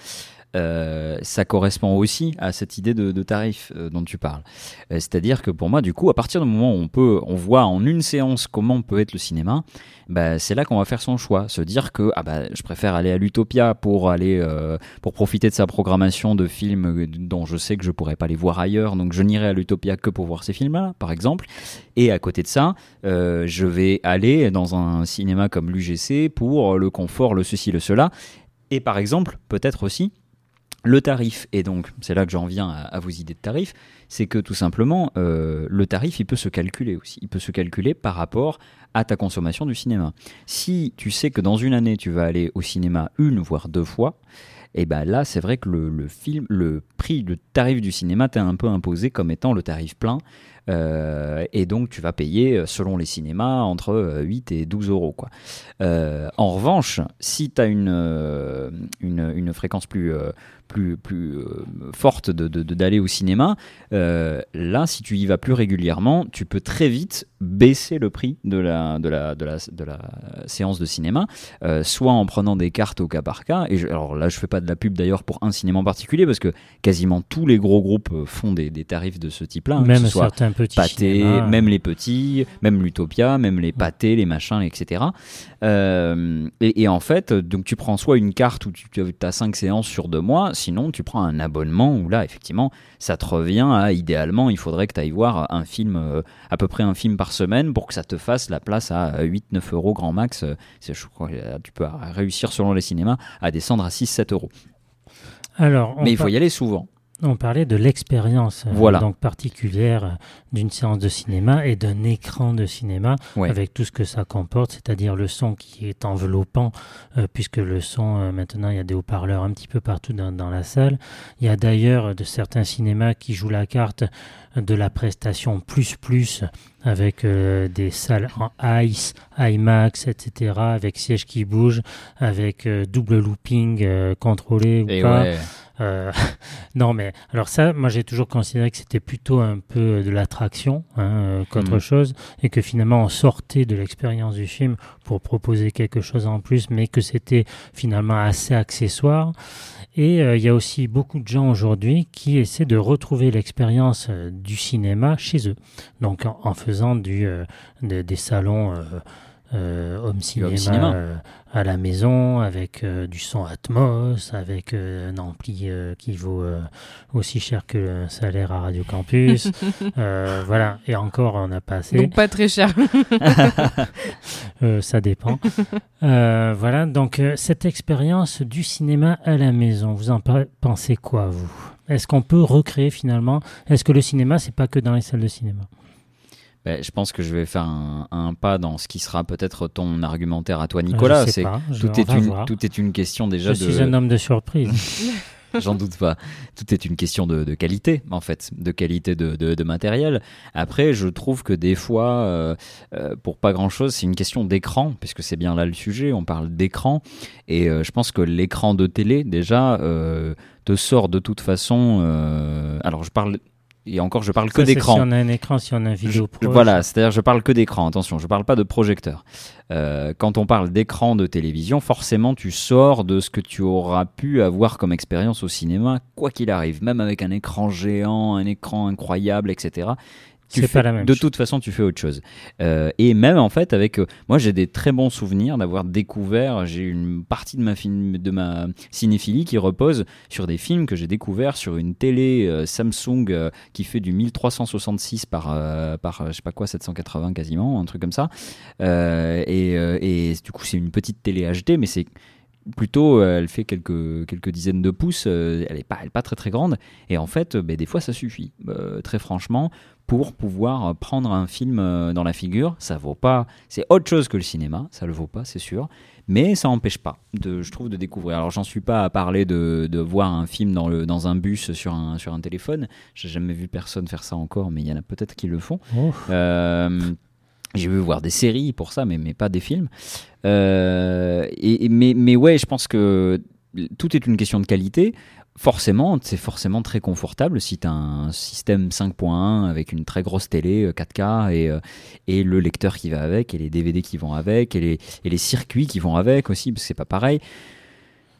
euh, ça correspond aussi à cette idée de, de tarif euh, dont tu parles. Euh, c'est-à-dire que pour moi, du coup, à partir du moment où on peut, on voit en une séance comment peut être le cinéma, bah, c'est là qu'on va faire son choix, se dire que ah bah, je préfère aller à l'Utopia pour aller euh, pour profiter de sa programmation de films dont je sais que je pourrais pas les voir ailleurs, donc je n'irai à l'Utopia que pour voir ces films-là, par exemple. Et à côté de ça, euh, je vais aller dans un cinéma comme l'U G C pour le confort, le ceci, le cela, et par exemple peut-être aussi le tarif. Et donc c'est là que j'en viens à, à vos idées de tarif, c'est que tout simplement euh, le tarif il peut se calculer aussi, il peut se calculer par rapport à ta consommation du cinéma. Si tu sais que dans une année tu vas aller au cinéma une voire deux fois, et ben là c'est vrai que le, le film, le prix, le tarif du cinéma t'est un peu imposé comme étant le tarif plein. Euh, et donc tu vas payer selon les cinémas entre huit et douze euros quoi. Euh, en revanche, si tu as une, une, une fréquence plus, plus, plus euh, forte de, de, de, d'aller au cinéma, euh, là si tu y vas plus régulièrement, tu peux très vite baisser le prix de la, de la, de la, de la séance de cinéma, euh, soit en prenant des cartes au cas par cas. Et je, alors là je fais pas de la pub d'ailleurs pour un cinéma en particulier parce que quasiment tous les gros groupes font des, des tarifs de ce type là, hein, même que ce soit certains petits Pathé, cinémas. même les petits, même l'Utopia, même les pâtés, les machins, et cetera. Euh, et, et en fait, donc tu prends soit une carte où tu, tu as cinq séances sur deux mois, sinon tu prends un abonnement où là, effectivement, ça te revient à, idéalement, il faudrait que tu ailles voir un film, euh, à peu près un film par semaine pour que ça te fasse la place à huit neuf euros grand max. C'est, je crois, tu peux réussir selon les cinémas à descendre à six sept euros. Alors, Mais il faut y aller souvent. On parlait de l'expérience voilà. euh, donc particulière d'une séance de cinéma et d'un écran de cinéma ouais. avec tout ce que ça comporte, c'est-à-dire le son qui est enveloppant, euh, puisque le son, euh, maintenant, il y a des haut-parleurs un petit peu partout dans, dans la salle. Il y a d'ailleurs de certains cinémas qui jouent la carte de la prestation plus plus avec euh, des salles en ICE, IMAX, et cetera, avec sièges qui bougent, avec euh, double looping euh, contrôlé ou et pas. Ouais. Euh, non mais alors ça, moi j'ai toujours considéré que c'était plutôt un peu de l'attraction hein, euh, qu'autre mmh. chose, et que finalement on sortait de l'expérience du film pour proposer quelque chose en plus, mais que c'était finalement assez accessoire. Et il euh, y a aussi beaucoup de gens aujourd'hui qui essaient de retrouver l'expérience euh, du cinéma chez eux, donc en, en faisant du, euh, de, des salons euh, Euh, home cinéma, cinéma. Euh, à la maison avec euh, du son Atmos, avec euh, un ampli euh, qui vaut euh, aussi cher que le salaire à Radio Campus. euh, voilà, et encore on n'a pas assez. Donc pas très cher. euh, ça dépend. euh, voilà, donc euh, cette expérience du cinéma à la maison, vous en pensez quoi vous ? Est-ce qu'on peut recréer finalement ? Est-ce que le cinéma c'est pas que dans les salles de cinéma ? Ben, je pense que je vais faire un, un pas dans ce qui sera peut-être ton argumentaire à toi, Nicolas. Je sais c'est, pas, je, tout, est une, voir. tout est une question déjà je de... Je suis un homme de surprise. J'en doute pas. Tout est une question de, de qualité, en fait, de qualité de, de, de matériel. Après, je trouve que des fois, euh, euh, pour pas grand-chose, c'est une question d'écran, puisque c'est bien là le sujet, on parle d'écran. Et euh, je pense que l'écran de télé, déjà, euh, te sort de toute façon... Euh, alors, je parle... Et encore, je parle ça, que d'écran. Si on a un écran, si on a un vidéo je, Voilà, c'est-à-dire je parle que d'écran, attention, je parle pas de projecteur. Euh, quand on parle d'écran de télévision, forcément tu sors de ce que tu auras pu avoir comme expérience au cinéma, quoi qu'il arrive, même avec un écran géant, un écran incroyable, et cetera. Tu c'est fais, pas la même de chose. toute façon, tu fais autre chose. Euh, et même en fait, avec euh, moi, j'ai des très bons souvenirs d'avoir découvert. J'ai une partie de ma film, de ma cinéphilie qui repose sur des films que j'ai découverts sur une télé euh, Samsung euh, qui fait du mille trois cent soixante-six par euh, par je sais pas quoi sept cent quatre-vingts quasiment, un truc comme ça. Euh, et, euh, et du coup, c'est une petite télé H D, mais c'est plutôt, euh, elle fait quelques, quelques dizaines de pouces, euh, elle n'est pas, elle est pas très très grande, et en fait, euh, bah, des fois ça suffit, euh, très franchement, pour pouvoir prendre un film euh, dans la figure. Ça vaut pas, c'est autre chose que le cinéma, ça le vaut pas, c'est sûr, mais ça n'empêche pas, de, je trouve, de découvrir. Alors j'en suis pas à parler de, de voir un film dans, le, dans un bus sur un, sur un téléphone, j'ai jamais vu personne faire ça encore, mais il y en a peut-être qui le font. Oh. Euh, J'ai vu voir des séries pour ça, mais, mais pas des films. Euh, et, mais, mais ouais, je pense que tout est une question de qualité. Forcément, c'est forcément très confortable si tu as un système cinq point un avec une très grosse télé quatre K et, et le lecteur qui va avec, et les D V D qui vont avec, et les, et les circuits qui vont avec aussi, parce que c'est pas pareil.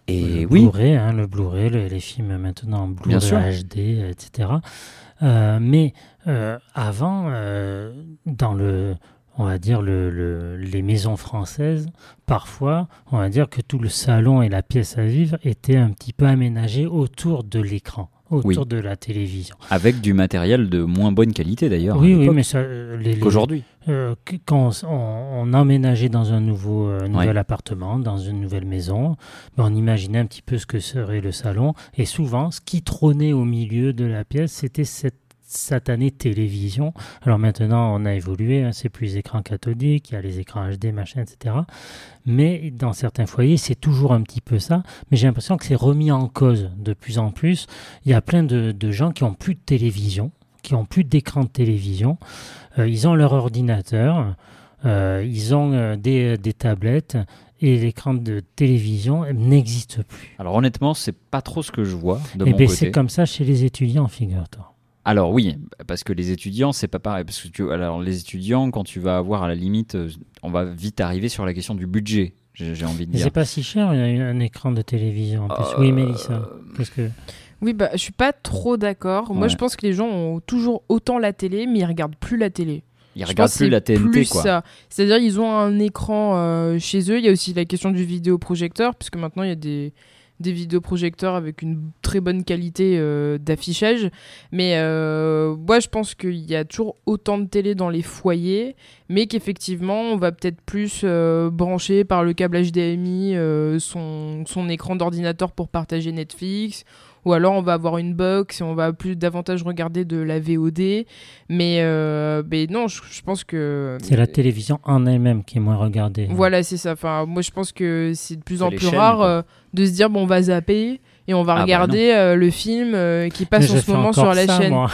Et le oui. Blu-ray, hein, le Blu-ray, le, les films maintenant en Blu-ray H D, et cetera. Euh, mais euh, avant, euh, dans le, on va dire le, le, les maisons françaises, parfois, on va dire que tout le salon et la pièce à vivre étaient un petit peu aménagés autour de l'écran, autour oui. de la télévision. Avec du matériel de moins bonne qualité d'ailleurs. Oui, oui, mais ça, les, qu'aujourd'hui. Euh, quand on, on emménageait dans un nouveau, euh, nouvel ouais. appartement, dans une nouvelle maison, ben on imaginait un petit peu ce que serait le salon. Et souvent, ce qui trônait au milieu de la pièce, c'était cette satanée télévision. Alors maintenant, on a évolué, hein, c'est plus les écrans cathodiques, il y a les écrans H D, machin, et cetera. Mais dans certains foyers, c'est toujours un petit peu ça. Mais j'ai l'impression que c'est remis en cause de plus en plus. Il y a plein de, de gens qui n'ont plus de télévision, qui n'ont plus d'écran de télévision. Euh, ils ont leur ordinateur, euh, ils ont euh, des, des tablettes, et l'écran de télévision n'existe plus. Alors honnêtement, c'est pas trop ce que je vois de et mon ben côté. C'est comme ça chez les étudiants, figure-toi. Alors oui, parce que les étudiants, c'est pas pareil. Parce que tu, alors les étudiants, quand tu vas avoir à la limite, on va vite arriver sur la question du budget. J'ai, j'ai envie de mais dire. C'est pas si cher, il y a un écran de télévision en plus. Euh... Oui, Mélissa, qu'est-ce que... Oui, bah, je suis pas trop d'accord. Ouais. Moi, je pense que les gens ont toujours autant la télé, mais ils regardent plus la télé. Ils je regardent plus la T N T, plus quoi. Ça. C'est-à-dire, ils ont un écran euh, chez eux. Il y a aussi la question du vidéoprojecteur, puisque maintenant, il y a des, des vidéoprojecteurs avec une très bonne qualité euh, d'affichage. Mais euh, moi, je pense qu'il y a toujours autant de télé dans les foyers, mais qu'effectivement, on va peut-être plus euh, brancher par le câble H D M I euh, son, son écran d'ordinateur pour partager Netflix. Ou alors on va avoir une box et on va plus davantage regarder de la V O D. Mais, euh, mais non, je, je pense que... C'est la télévision en elle-même qui est moins regardée. Voilà, c'est ça. Enfin, moi, je pense que c'est de plus c'est en plus chaînes, rare euh, de se dire, bon, on va zapper et on va ah regarder bah euh, le film euh, qui passe mais en ce moment sur la ça, chaîne. Moi.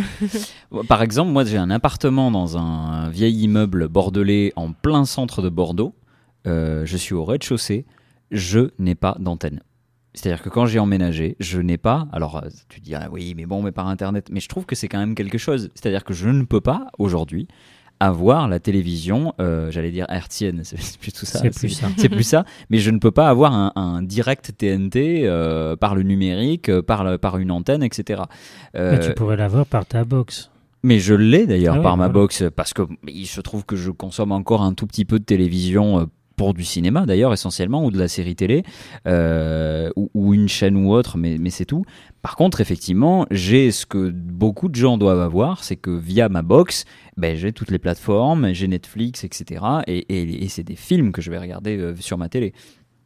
Par exemple, moi, j'ai un appartement dans un vieil immeuble bordelais en plein centre de Bordeaux. Euh, je suis au rez-de-chaussée. Je n'ai pas d'antenne. C'est-à-dire que quand j'ai emménagé, je n'ai pas... Alors, tu dis, ah oui, mais bon, mais par Internet... Mais je trouve que c'est quand même quelque chose. C'est-à-dire que je ne peux pas, aujourd'hui, avoir la télévision, euh, j'allais dire hertzienne, c'est, c'est plus tout ça. C'est plus ça. C'est plus ça. Mais je ne peux pas avoir un, un direct T N T euh, par le numérique, par, le, par une antenne, et cetera. Euh, mais tu pourrais l'avoir par ta box. Mais je l'ai d'ailleurs ah oui, par ma voilà. box, parce qu'il se trouve que je consomme encore un tout petit peu de télévision euh, pour du cinéma d'ailleurs essentiellement, ou de la série télé, euh, ou, ou une chaîne ou autre, mais, mais c'est tout. Par contre, effectivement, j'ai ce que beaucoup de gens doivent avoir, c'est que via ma box, ben, j'ai toutes les plateformes, j'ai Netflix, et cetera. Et, et, et c'est des films que je vais regarder euh, sur ma télé.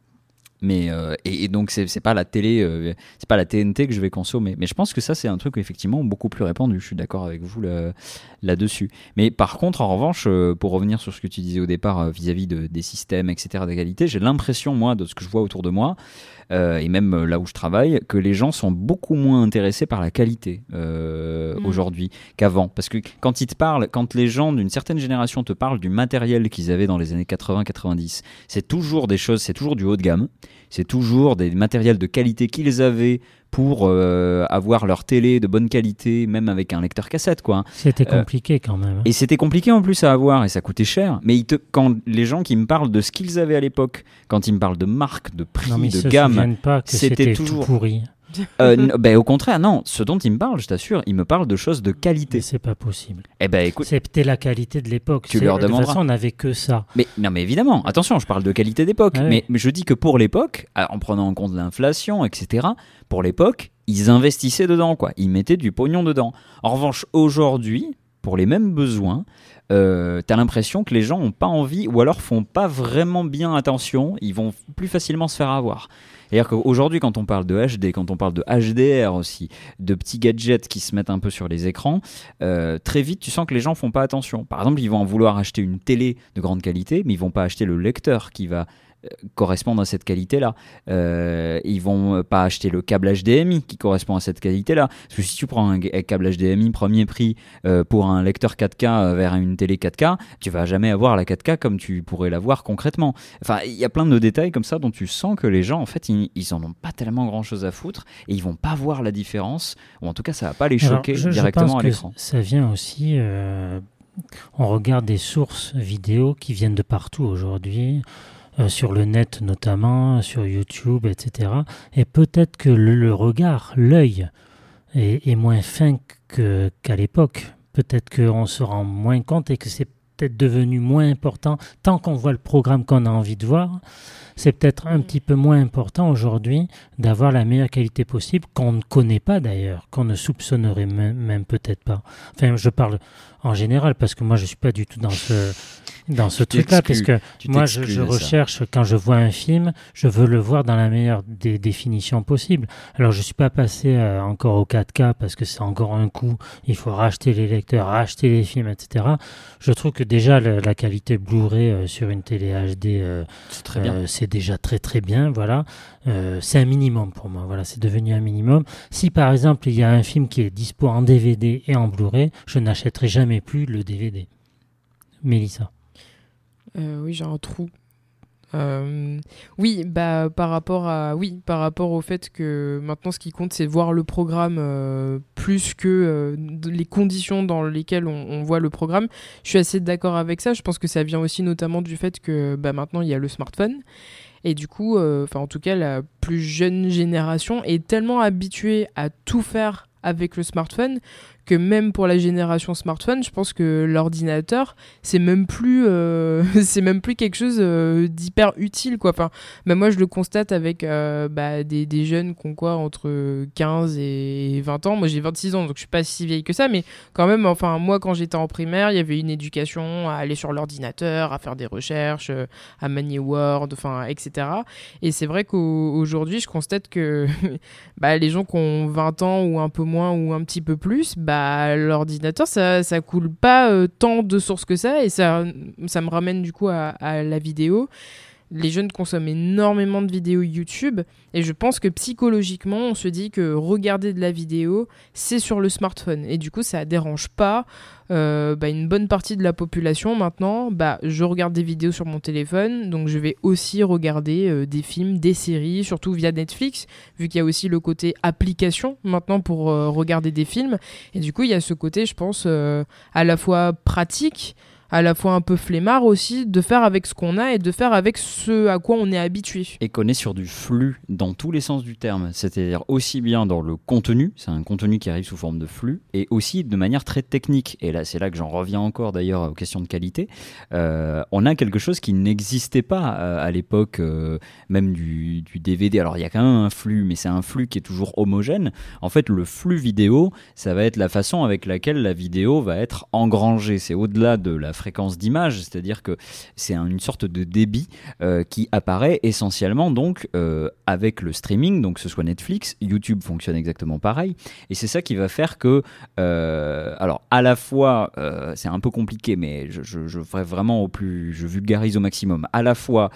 Mais euh, et, et donc c'est c'est pas la télé, euh, c'est pas la T N T que je vais consommer. Mais je pense que ça c'est un truc effectivement beaucoup plus répandu. Je suis d'accord avec vous là, là-dessus. Mais par contre, en revanche, euh, pour revenir sur ce que tu disais au départ euh, vis-à-vis de, des systèmes, et cetera d'égalité, j'ai l'impression moi de ce que je vois autour de moi euh, et même là où je travaille, que les gens sont beaucoup moins intéressés par la qualité euh, mmh. aujourd'hui qu'avant. Parce que quand ils te parlent, quand les gens d'une certaine génération te parlent du matériel qu'ils avaient dans les années quatre-vingts quatre-vingt-dix, c'est toujours des choses, c'est toujours du haut de gamme. C'est toujours des matériels de qualité qu'ils avaient pour euh, avoir leur télé de bonne qualité, même avec un lecteur cassette, quoi. C'était compliqué euh, quand même. Et c'était compliqué en plus à avoir, et ça coûtait cher. Mais ils te, quand les gens qui me parlent de ce qu'ils avaient à l'époque, quand ils me parlent de marque, de prix, non, mais de ils gamme, se pas que c'était, c'était toujours tout pourri. Euh, n- ben, au contraire, non. Ce dont il me parle, je t'assure, il me parle de choses de qualité. Mais c'est pas possible. Eh ben, écoute, c'était la qualité de l'époque. Tu c'est, leur de demanderas. toute façon, on n'avait que ça. Mais non, mais évidemment. Attention, je parle de qualité d'époque. Ah oui. mais, mais je dis que pour l'époque, en prenant en compte l'inflation, et cetera. Pour l'époque, ils investissaient dedans, quoi. Ils mettaient du pognon dedans. En revanche, aujourd'hui, pour les mêmes besoins, euh, t'as l'impression que les gens ont pas envie, ou alors font pas vraiment bien attention. Ils vont plus facilement se faire avoir. C'est-à-dire qu'aujourd'hui, quand on parle de H D, quand on parle de H D R aussi, de petits gadgets qui se mettent un peu sur les écrans, euh, très vite, tu sens que les gens font pas attention. Par exemple, ils vont vouloir acheter une télé de grande qualité, mais ils vont pas acheter le lecteur qui va correspondre à cette qualité-là. Euh, ils vont pas acheter le câble H D M I qui correspond à cette qualité-là. Parce que si tu prends un câble H D M I premier prix euh, pour un lecteur quatre K vers une télé quatre K, tu vas jamais avoir la quatre K comme tu pourrais l'avoir concrètement. Enfin, il y a plein de détails comme ça dont tu sens que les gens, en fait, ils, ils en ont pas tellement grand-chose à foutre et ils vont pas voir la différence, ou en tout cas, ça va pas les choquer Alors, je, directement je pense à l'écran. Que ça vient aussi... Euh, on regarde des sources vidéo qui viennent de partout aujourd'hui. euh, sur le net notamment, sur YouTube, et cetera. Et peut-être que le, le regard, l'œil est, est moins fin que, qu'à l'époque. Peut-être qu'on se rend moins compte et que c'est peut-être devenu moins important. Tant qu'on voit le programme qu'on a envie de voir, c'est peut-être un petit peu moins important aujourd'hui d'avoir la meilleure qualité possible, qu'on ne connaît pas d'ailleurs, qu'on ne soupçonnerait même, même peut-être pas. Enfin, je parle en général parce que moi, je ne suis pas du tout dans ce... dans ce truc-là, parce que moi, je, je recherche, quand je vois un film, je veux le voir dans la meilleure des définitions possibles. Alors, je ne suis pas passé euh, encore au quatre K, parce que c'est encore un coût, il faut racheter les lecteurs, racheter les films, et cetera. Je trouve que déjà, la, la qualité Blu-ray euh, sur une télé H D, euh, c'est, très bien. Euh, c'est déjà très très bien, voilà. Euh, c'est un minimum pour moi, voilà, c'est devenu un minimum. Si, par exemple, il y a un film qui est dispo en D V D et en Blu-ray, je n'achèterai jamais plus le D V D. Mélissa. Euh, oui, j'ai un trou. Euh, oui, bah par rapport à oui, par rapport au fait que maintenant ce qui compte c'est voir le programme euh, plus que euh, les conditions dans lesquelles on, on voit le programme. Je suis assez d'accord avec ça. Je pense que ça vient aussi notamment du fait que bah maintenant il y a le smartphone. Et du coup, enfin euh, en tout cas la plus jeune génération est tellement habituée à tout faire avec le smartphone que même pour la génération smartphone, je pense que l'ordinateur, c'est même plus, euh, c'est même plus quelque chose euh, d'hyper utile, quoi. Enfin, bah moi, je le constate avec euh, bah, des, des jeunes qui ont quoi, entre quinze et vingt ans. Moi, j'ai vingt-six ans, donc je suis pas si vieille que ça, mais quand même, enfin, moi, quand j'étais en primaire, il y avait une éducation à aller sur l'ordinateur, à faire des recherches, à manier Word, enfin, et cetera. Et c'est vrai qu'aujourd'hui, je constate que bah, les gens qui ont vingt ans ou un peu moins ou un petit peu plus, bah, l'ordinateur, ça, ça coule pas euh, tant de sources que ça, et ça, ça me ramène du coup à, à la vidéo. Les jeunes consomment énormément de vidéos YouTube, et je pense que psychologiquement, on se dit que regarder de la vidéo, c'est sur le smartphone, et du coup, ça dérange pas euh, bah, une bonne partie de la population. Maintenant, bah, je regarde des vidéos sur mon téléphone, donc je vais aussi regarder euh, des films, des séries, surtout via Netflix, vu qu'il y a aussi le côté application maintenant pour euh, regarder des films, et du coup, il y a ce côté, je pense, euh, à la fois pratique, à la fois un peu flemmard aussi, de faire avec ce qu'on a et de faire avec ce à quoi on est habitué. Et qu'on est sur du flux dans tous les sens du terme, c'est-à-dire aussi bien dans le contenu, c'est un contenu qui arrive sous forme de flux, et aussi de manière très technique. Et là, c'est là que j'en reviens encore d'ailleurs aux questions de qualité. Euh, on a quelque chose qui n'existait pas euh, à l'époque, euh, même du, du D V D. Alors il y a quand même un flux, mais c'est un flux qui est toujours homogène. En fait, le flux vidéo, ça va être la façon avec laquelle la vidéo va être engrangée. C'est au-delà de la fréquence d'image, c'est-à-dire que c'est un, une sorte de débit euh, qui apparaît essentiellement donc euh, avec le streaming, donc que ce soit Netflix, YouTube fonctionne exactement pareil, et c'est ça qui va faire que euh, alors à la fois euh, c'est un peu compliqué, mais je, je, je ferai vraiment au plus, je vulgarise au maximum, à la fois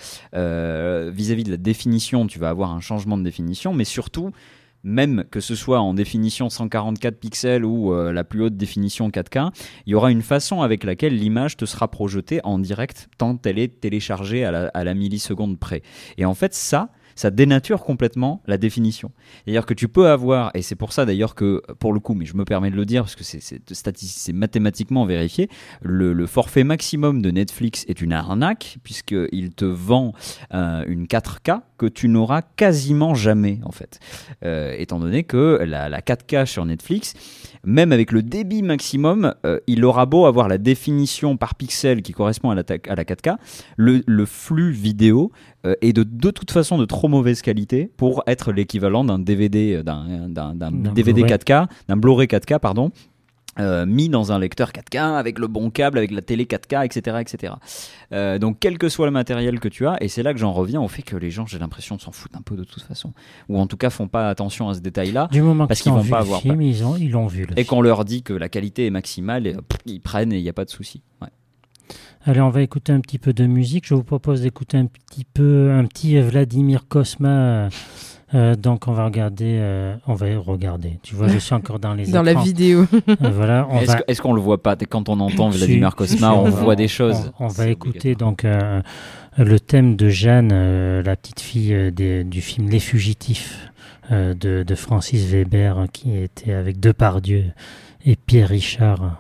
euh, vis-à-vis de la définition, tu vas avoir un changement de définition, mais surtout même que ce soit en définition cent quarante-quatre pixels ou euh, la plus haute définition quatre K, il y aura une façon avec laquelle l'image te sera projetée en direct tant elle est téléchargée à la, à la milliseconde près. Et en fait, ça, ça dénature complètement la définition. C'est-à-dire que tu peux avoir, et c'est pour ça d'ailleurs que, pour le coup, mais je me permets de le dire parce que c'est, c'est, c'est mathématiquement vérifié, le, le forfait maximum de Netflix est une arnaque, puisqu'il te vend euh, une quatre K que tu n'auras quasiment jamais, en fait. Euh, étant donné que la, la quatre K sur Netflix, même avec le débit maximum, euh, il aura beau avoir la définition par pixel qui correspond à la, à la quatre K, le, le flux vidéo euh, est de, de toute façon de trop mauvaise qualité pour être l'équivalent d'un D V D, d'un, d'un, d'un D V D quatre K, d'un Blu-ray quatre K, pardon, euh, mis dans un lecteur quatre K avec le bon câble, avec la télé quatre K, et cetera, et cetera. Euh, donc quel que soit le matériel que tu as, et c'est là que j'en reviens au fait que les gens, j'ai l'impression, s'en foutent un peu de toute façon, ou en tout cas font pas attention à ce détail-là, du moment parce qu'ils qu'ils vont pas le avoir. Film, ils, ont, ils l'ont vu. Et qu'on leur dit que la qualité est maximale, et, pff, ils prennent et il n'y a pas de souci. Ouais. Allez, on va écouter un petit peu de musique. Je vous propose d'écouter un petit peu, un petit Vladimir Cosma. Euh, donc on va regarder, euh, on va regarder. Tu vois, je suis encore dans les dans écrans. la vidéo. euh, voilà. On est-ce, va... que, est-ce qu'on le voit pas? Quand on entend Vladimir Cosma, on, on voit des choses. On, on va écouter donc euh, le thème de Jeanne, euh, la petite fille euh, des, du film Les Fugitifs euh, de, de Francis Weber, hein, qui était avec Depardieu et Pierre Richard.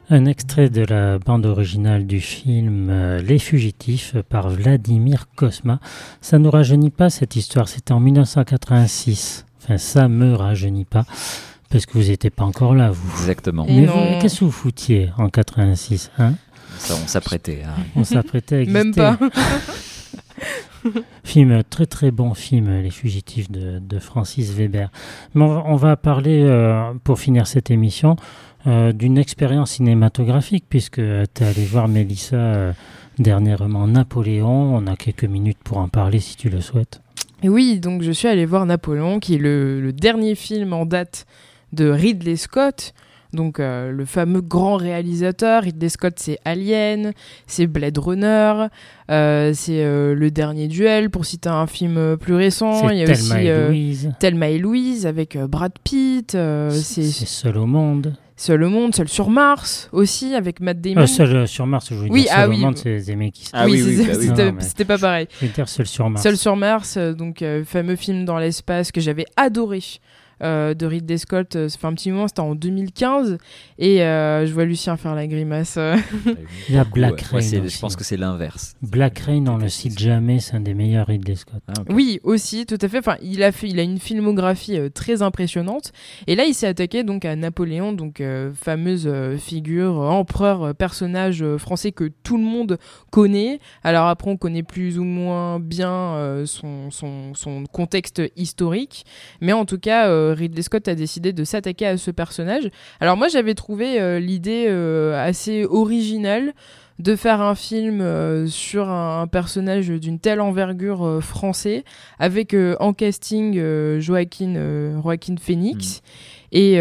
Un extrait de la bande originale du film euh, Les Fugitifs par Vladimir Cosma. Ça ne nous rajeunit pas cette histoire, c'était en dix-neuf cent quatre-vingt-six. Enfin, ça me rajeunit pas, parce que vous n'étiez pas encore là, vous. Exactement. Mais vous, qu'est-ce que vous foutiez en quatre-vingt-six, hein? Ça, on s'apprêtait à... On s'apprêtait à exister. Même pas. Film, très très bon film, Les Fugitifs de, de Francis Weber. Mais on va, on va parler, euh, pour finir cette émission, euh, d'une expérience cinématographique, puisque tu es allé voir, Mélissa, euh, dernièrement Napoléon. On a quelques minutes pour en parler si tu le souhaites. Et oui, donc je suis allée voir Napoléon, qui est le, le dernier film en date de Ridley Scott. Donc euh, le fameux grand réalisateur. Ridley Scott, c'est Alien, c'est Blade Runner, euh, c'est euh, Le Dernier Duel, pour citer un film plus récent. C'est Il y a Thelma aussi et euh, Louise. Thelma et Louise avec euh, Brad Pitt. Euh, c'est, c'est c'est Seul au monde. Seul au monde, Seul sur Mars aussi, avec Matt Damon. Euh, seul euh, sur Mars, je voulais oui, dire ah Seul oui. au monde, c'est Zemeckis. Ah oui, oui, c'est, oui, bah oui. c'était, Non, c'était pas pareil. Je vais dire Seul sur Mars. Seul sur Mars, euh, donc euh, fameux film dans l'espace que j'avais adoré. Euh, de Ridley Scott, euh, ça fait un petit moment, c'était en deux mille quinze, et euh, je vois Lucien faire la grimace. Il y a Black ouais, Rain. ouais, c'est, aussi. Je pense que c'est l'inverse. Black Rain, on le cite jamais, c'est un des meilleurs Ridley Scott. Ah, okay. Oui, aussi, tout à fait. Enfin, il a fait, il a une filmographie euh, très impressionnante. Et là, il s'est attaqué donc à Napoléon, donc euh, fameuse euh, figure, euh, empereur, euh, personnage euh, français que tout le monde connaît. Alors après, on connaît plus ou moins bien euh, son, son, son contexte historique, mais en tout cas, euh, Ridley Scott a décidé de s'attaquer à ce personnage. Alors moi, j'avais trouvé euh, l'idée euh, assez originale de faire un film euh, sur un, un personnage d'une telle envergure euh, français, avec euh, en casting euh, Joaquin, euh, Joaquin Phoenix, mmh. et,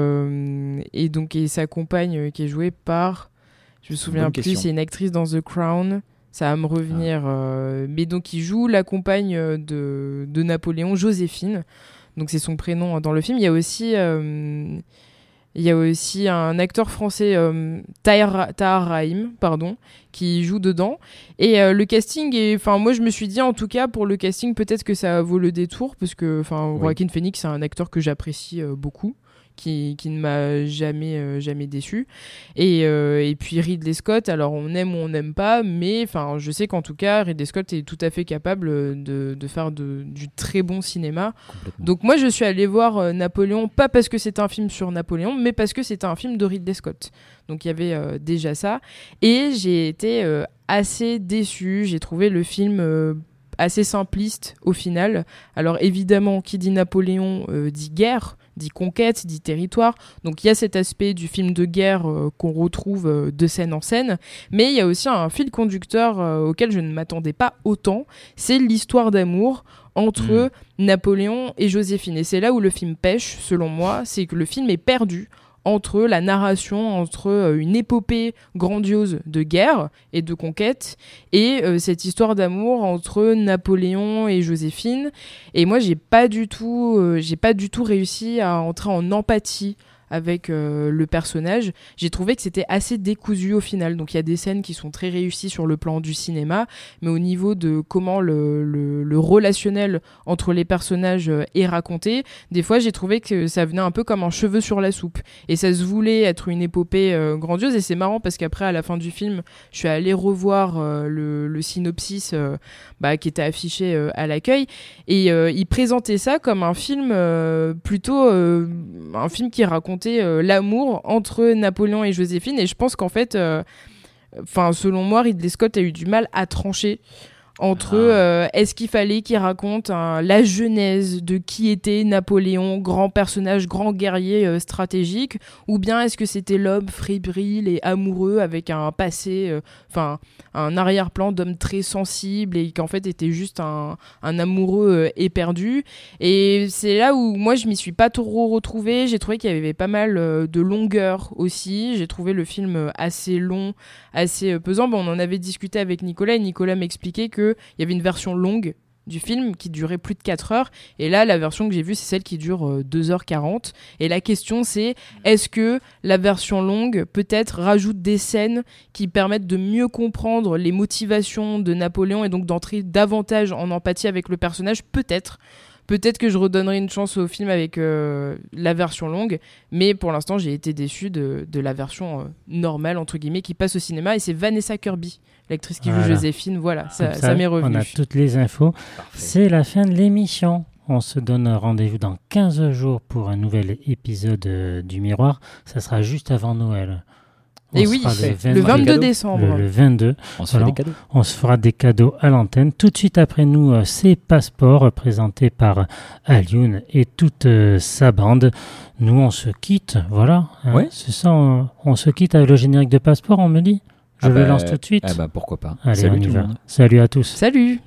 euh, et donc et sa compagne euh, qui est jouée par, je me souviens Bonne plus, question. c'est une actrice dans The Crown. Ça va me revenir. Ah. Euh, mais donc, il joue la compagne de, de Napoléon, Joséphine. Donc, c'est son prénom dans le film. Il y a aussi, euh, il y a aussi un acteur français, euh, Tahar, Tahar Rahim, pardon, qui joue dedans. Et euh, le casting est... Enfin, moi, je me suis dit, en tout cas, pour le casting, peut-être que ça vaut le détour, parce que oui. Joaquin Phoenix, c'est un acteur que j'apprécie euh, beaucoup. Qui, qui ne m'a jamais, euh, jamais déçu. Et, euh, et puis Ridley Scott, alors on aime ou on n'aime pas, mais je sais qu'en tout cas, Ridley Scott est tout à fait capable de, de faire de, du très bon cinéma. Donc moi, je suis allée voir euh, Napoléon, pas parce que c'était un film sur Napoléon, mais parce que c'était un film de Ridley Scott. Donc il y avait euh, déjà ça. Et j'ai été euh, assez déçue. J'ai trouvé le film... Euh, assez simpliste au final. Alors évidemment, qui dit Napoléon euh, dit guerre, dit conquête, dit territoire. Donc il y a cet aspect du film de guerre euh, qu'on retrouve euh, de scène en scène, mais il y a aussi un fil conducteur euh, auquel je ne m'attendais pas autant, c'est l'histoire d'amour entre mmh. Napoléon et Joséphine. Et c'est là où le film pêche, selon moi, c'est que le film est perdu entre la narration, entre une épopée grandiose de guerre et de conquête et euh, cette histoire d'amour entre Napoléon et Joséphine. Et moi, j'ai pas du tout, euh, j'ai pas du tout réussi à entrer en empathie avec euh, le personnage. J'ai trouvé que c'était assez décousu au final. Donc il y a des scènes qui sont très réussies sur le plan du cinéma, mais au niveau de comment le, le, le relationnel entre les personnages euh, est raconté, des fois j'ai trouvé que ça venait un peu comme un cheveu sur la soupe. Et ça se voulait être une épopée euh, grandiose. Et c'est marrant parce qu'après, à la fin du film, je suis allée revoir euh, le, le synopsis euh, bah, qui était affiché euh, à l'accueil. Et euh, il présentait ça comme un film euh, plutôt euh, un film qui raconte Euh, l'amour entre Napoléon et Joséphine, et je pense qu'en fait enfin euh, selon moi, Ridley Scott a eu du mal à trancher entre ah. euh, est-ce qu'il fallait qu'il raconte hein, la genèse de qui était Napoléon, grand personnage, grand guerrier euh, stratégique, ou bien est-ce que c'était l'homme fébrile et amoureux avec un passé, enfin euh, un arrière-plan d'homme très sensible et qu'en fait était juste un, un amoureux euh, éperdu. Et c'est là où moi je m'y suis pas trop retrouvée. J'ai trouvé qu'il y avait pas mal euh, de longueur aussi. J'ai trouvé le film assez long, assez euh, pesant. Bon, on en avait discuté avec Nicolas et Nicolas m'expliquait que il y avait une version longue du film qui durait plus de quatre heures, et là la version que j'ai vue c'est celle qui dure euh, deux heures quarante, et la question c'est est-ce que la version longue peut-être rajoute des scènes qui permettent de mieux comprendre les motivations de Napoléon et donc d'entrer davantage en empathie avec le personnage, peut-être peut-être que je redonnerai une chance au film avec euh, la version longue, mais pour l'instant j'ai été déçu de, de la version euh, normale entre guillemets qui passe au cinéma, et c'est Vanessa Kirby, l'actrice qui voilà. joue Joséphine. Voilà, ça, ça, ça m'est revenu. On a toutes les infos. Parfait. C'est la fin de l'émission. On se donne rendez-vous dans quinze jours pour un nouvel épisode euh, du Miroir. Ça sera juste avant Noël. On Et oui, le, vingt, le vingt-deux cadeaux. décembre. Le, le vingt-deux. On se Voilà. fait des cadeaux. On se fera des cadeaux à l'antenne. Tout de suite après nous, euh, c'est Passeport, euh, présenté par Alioun et toute euh, sa bande. Nous, on se quitte, voilà. Hein, Ouais. c'est ça, on, on se quitte avec le générique de Passeport, on me dit. Je Ah le bah, lance tout de suite. Ah bah pourquoi pas. Allez, Salut on y tout le va. monde. Salut à tous. Salut.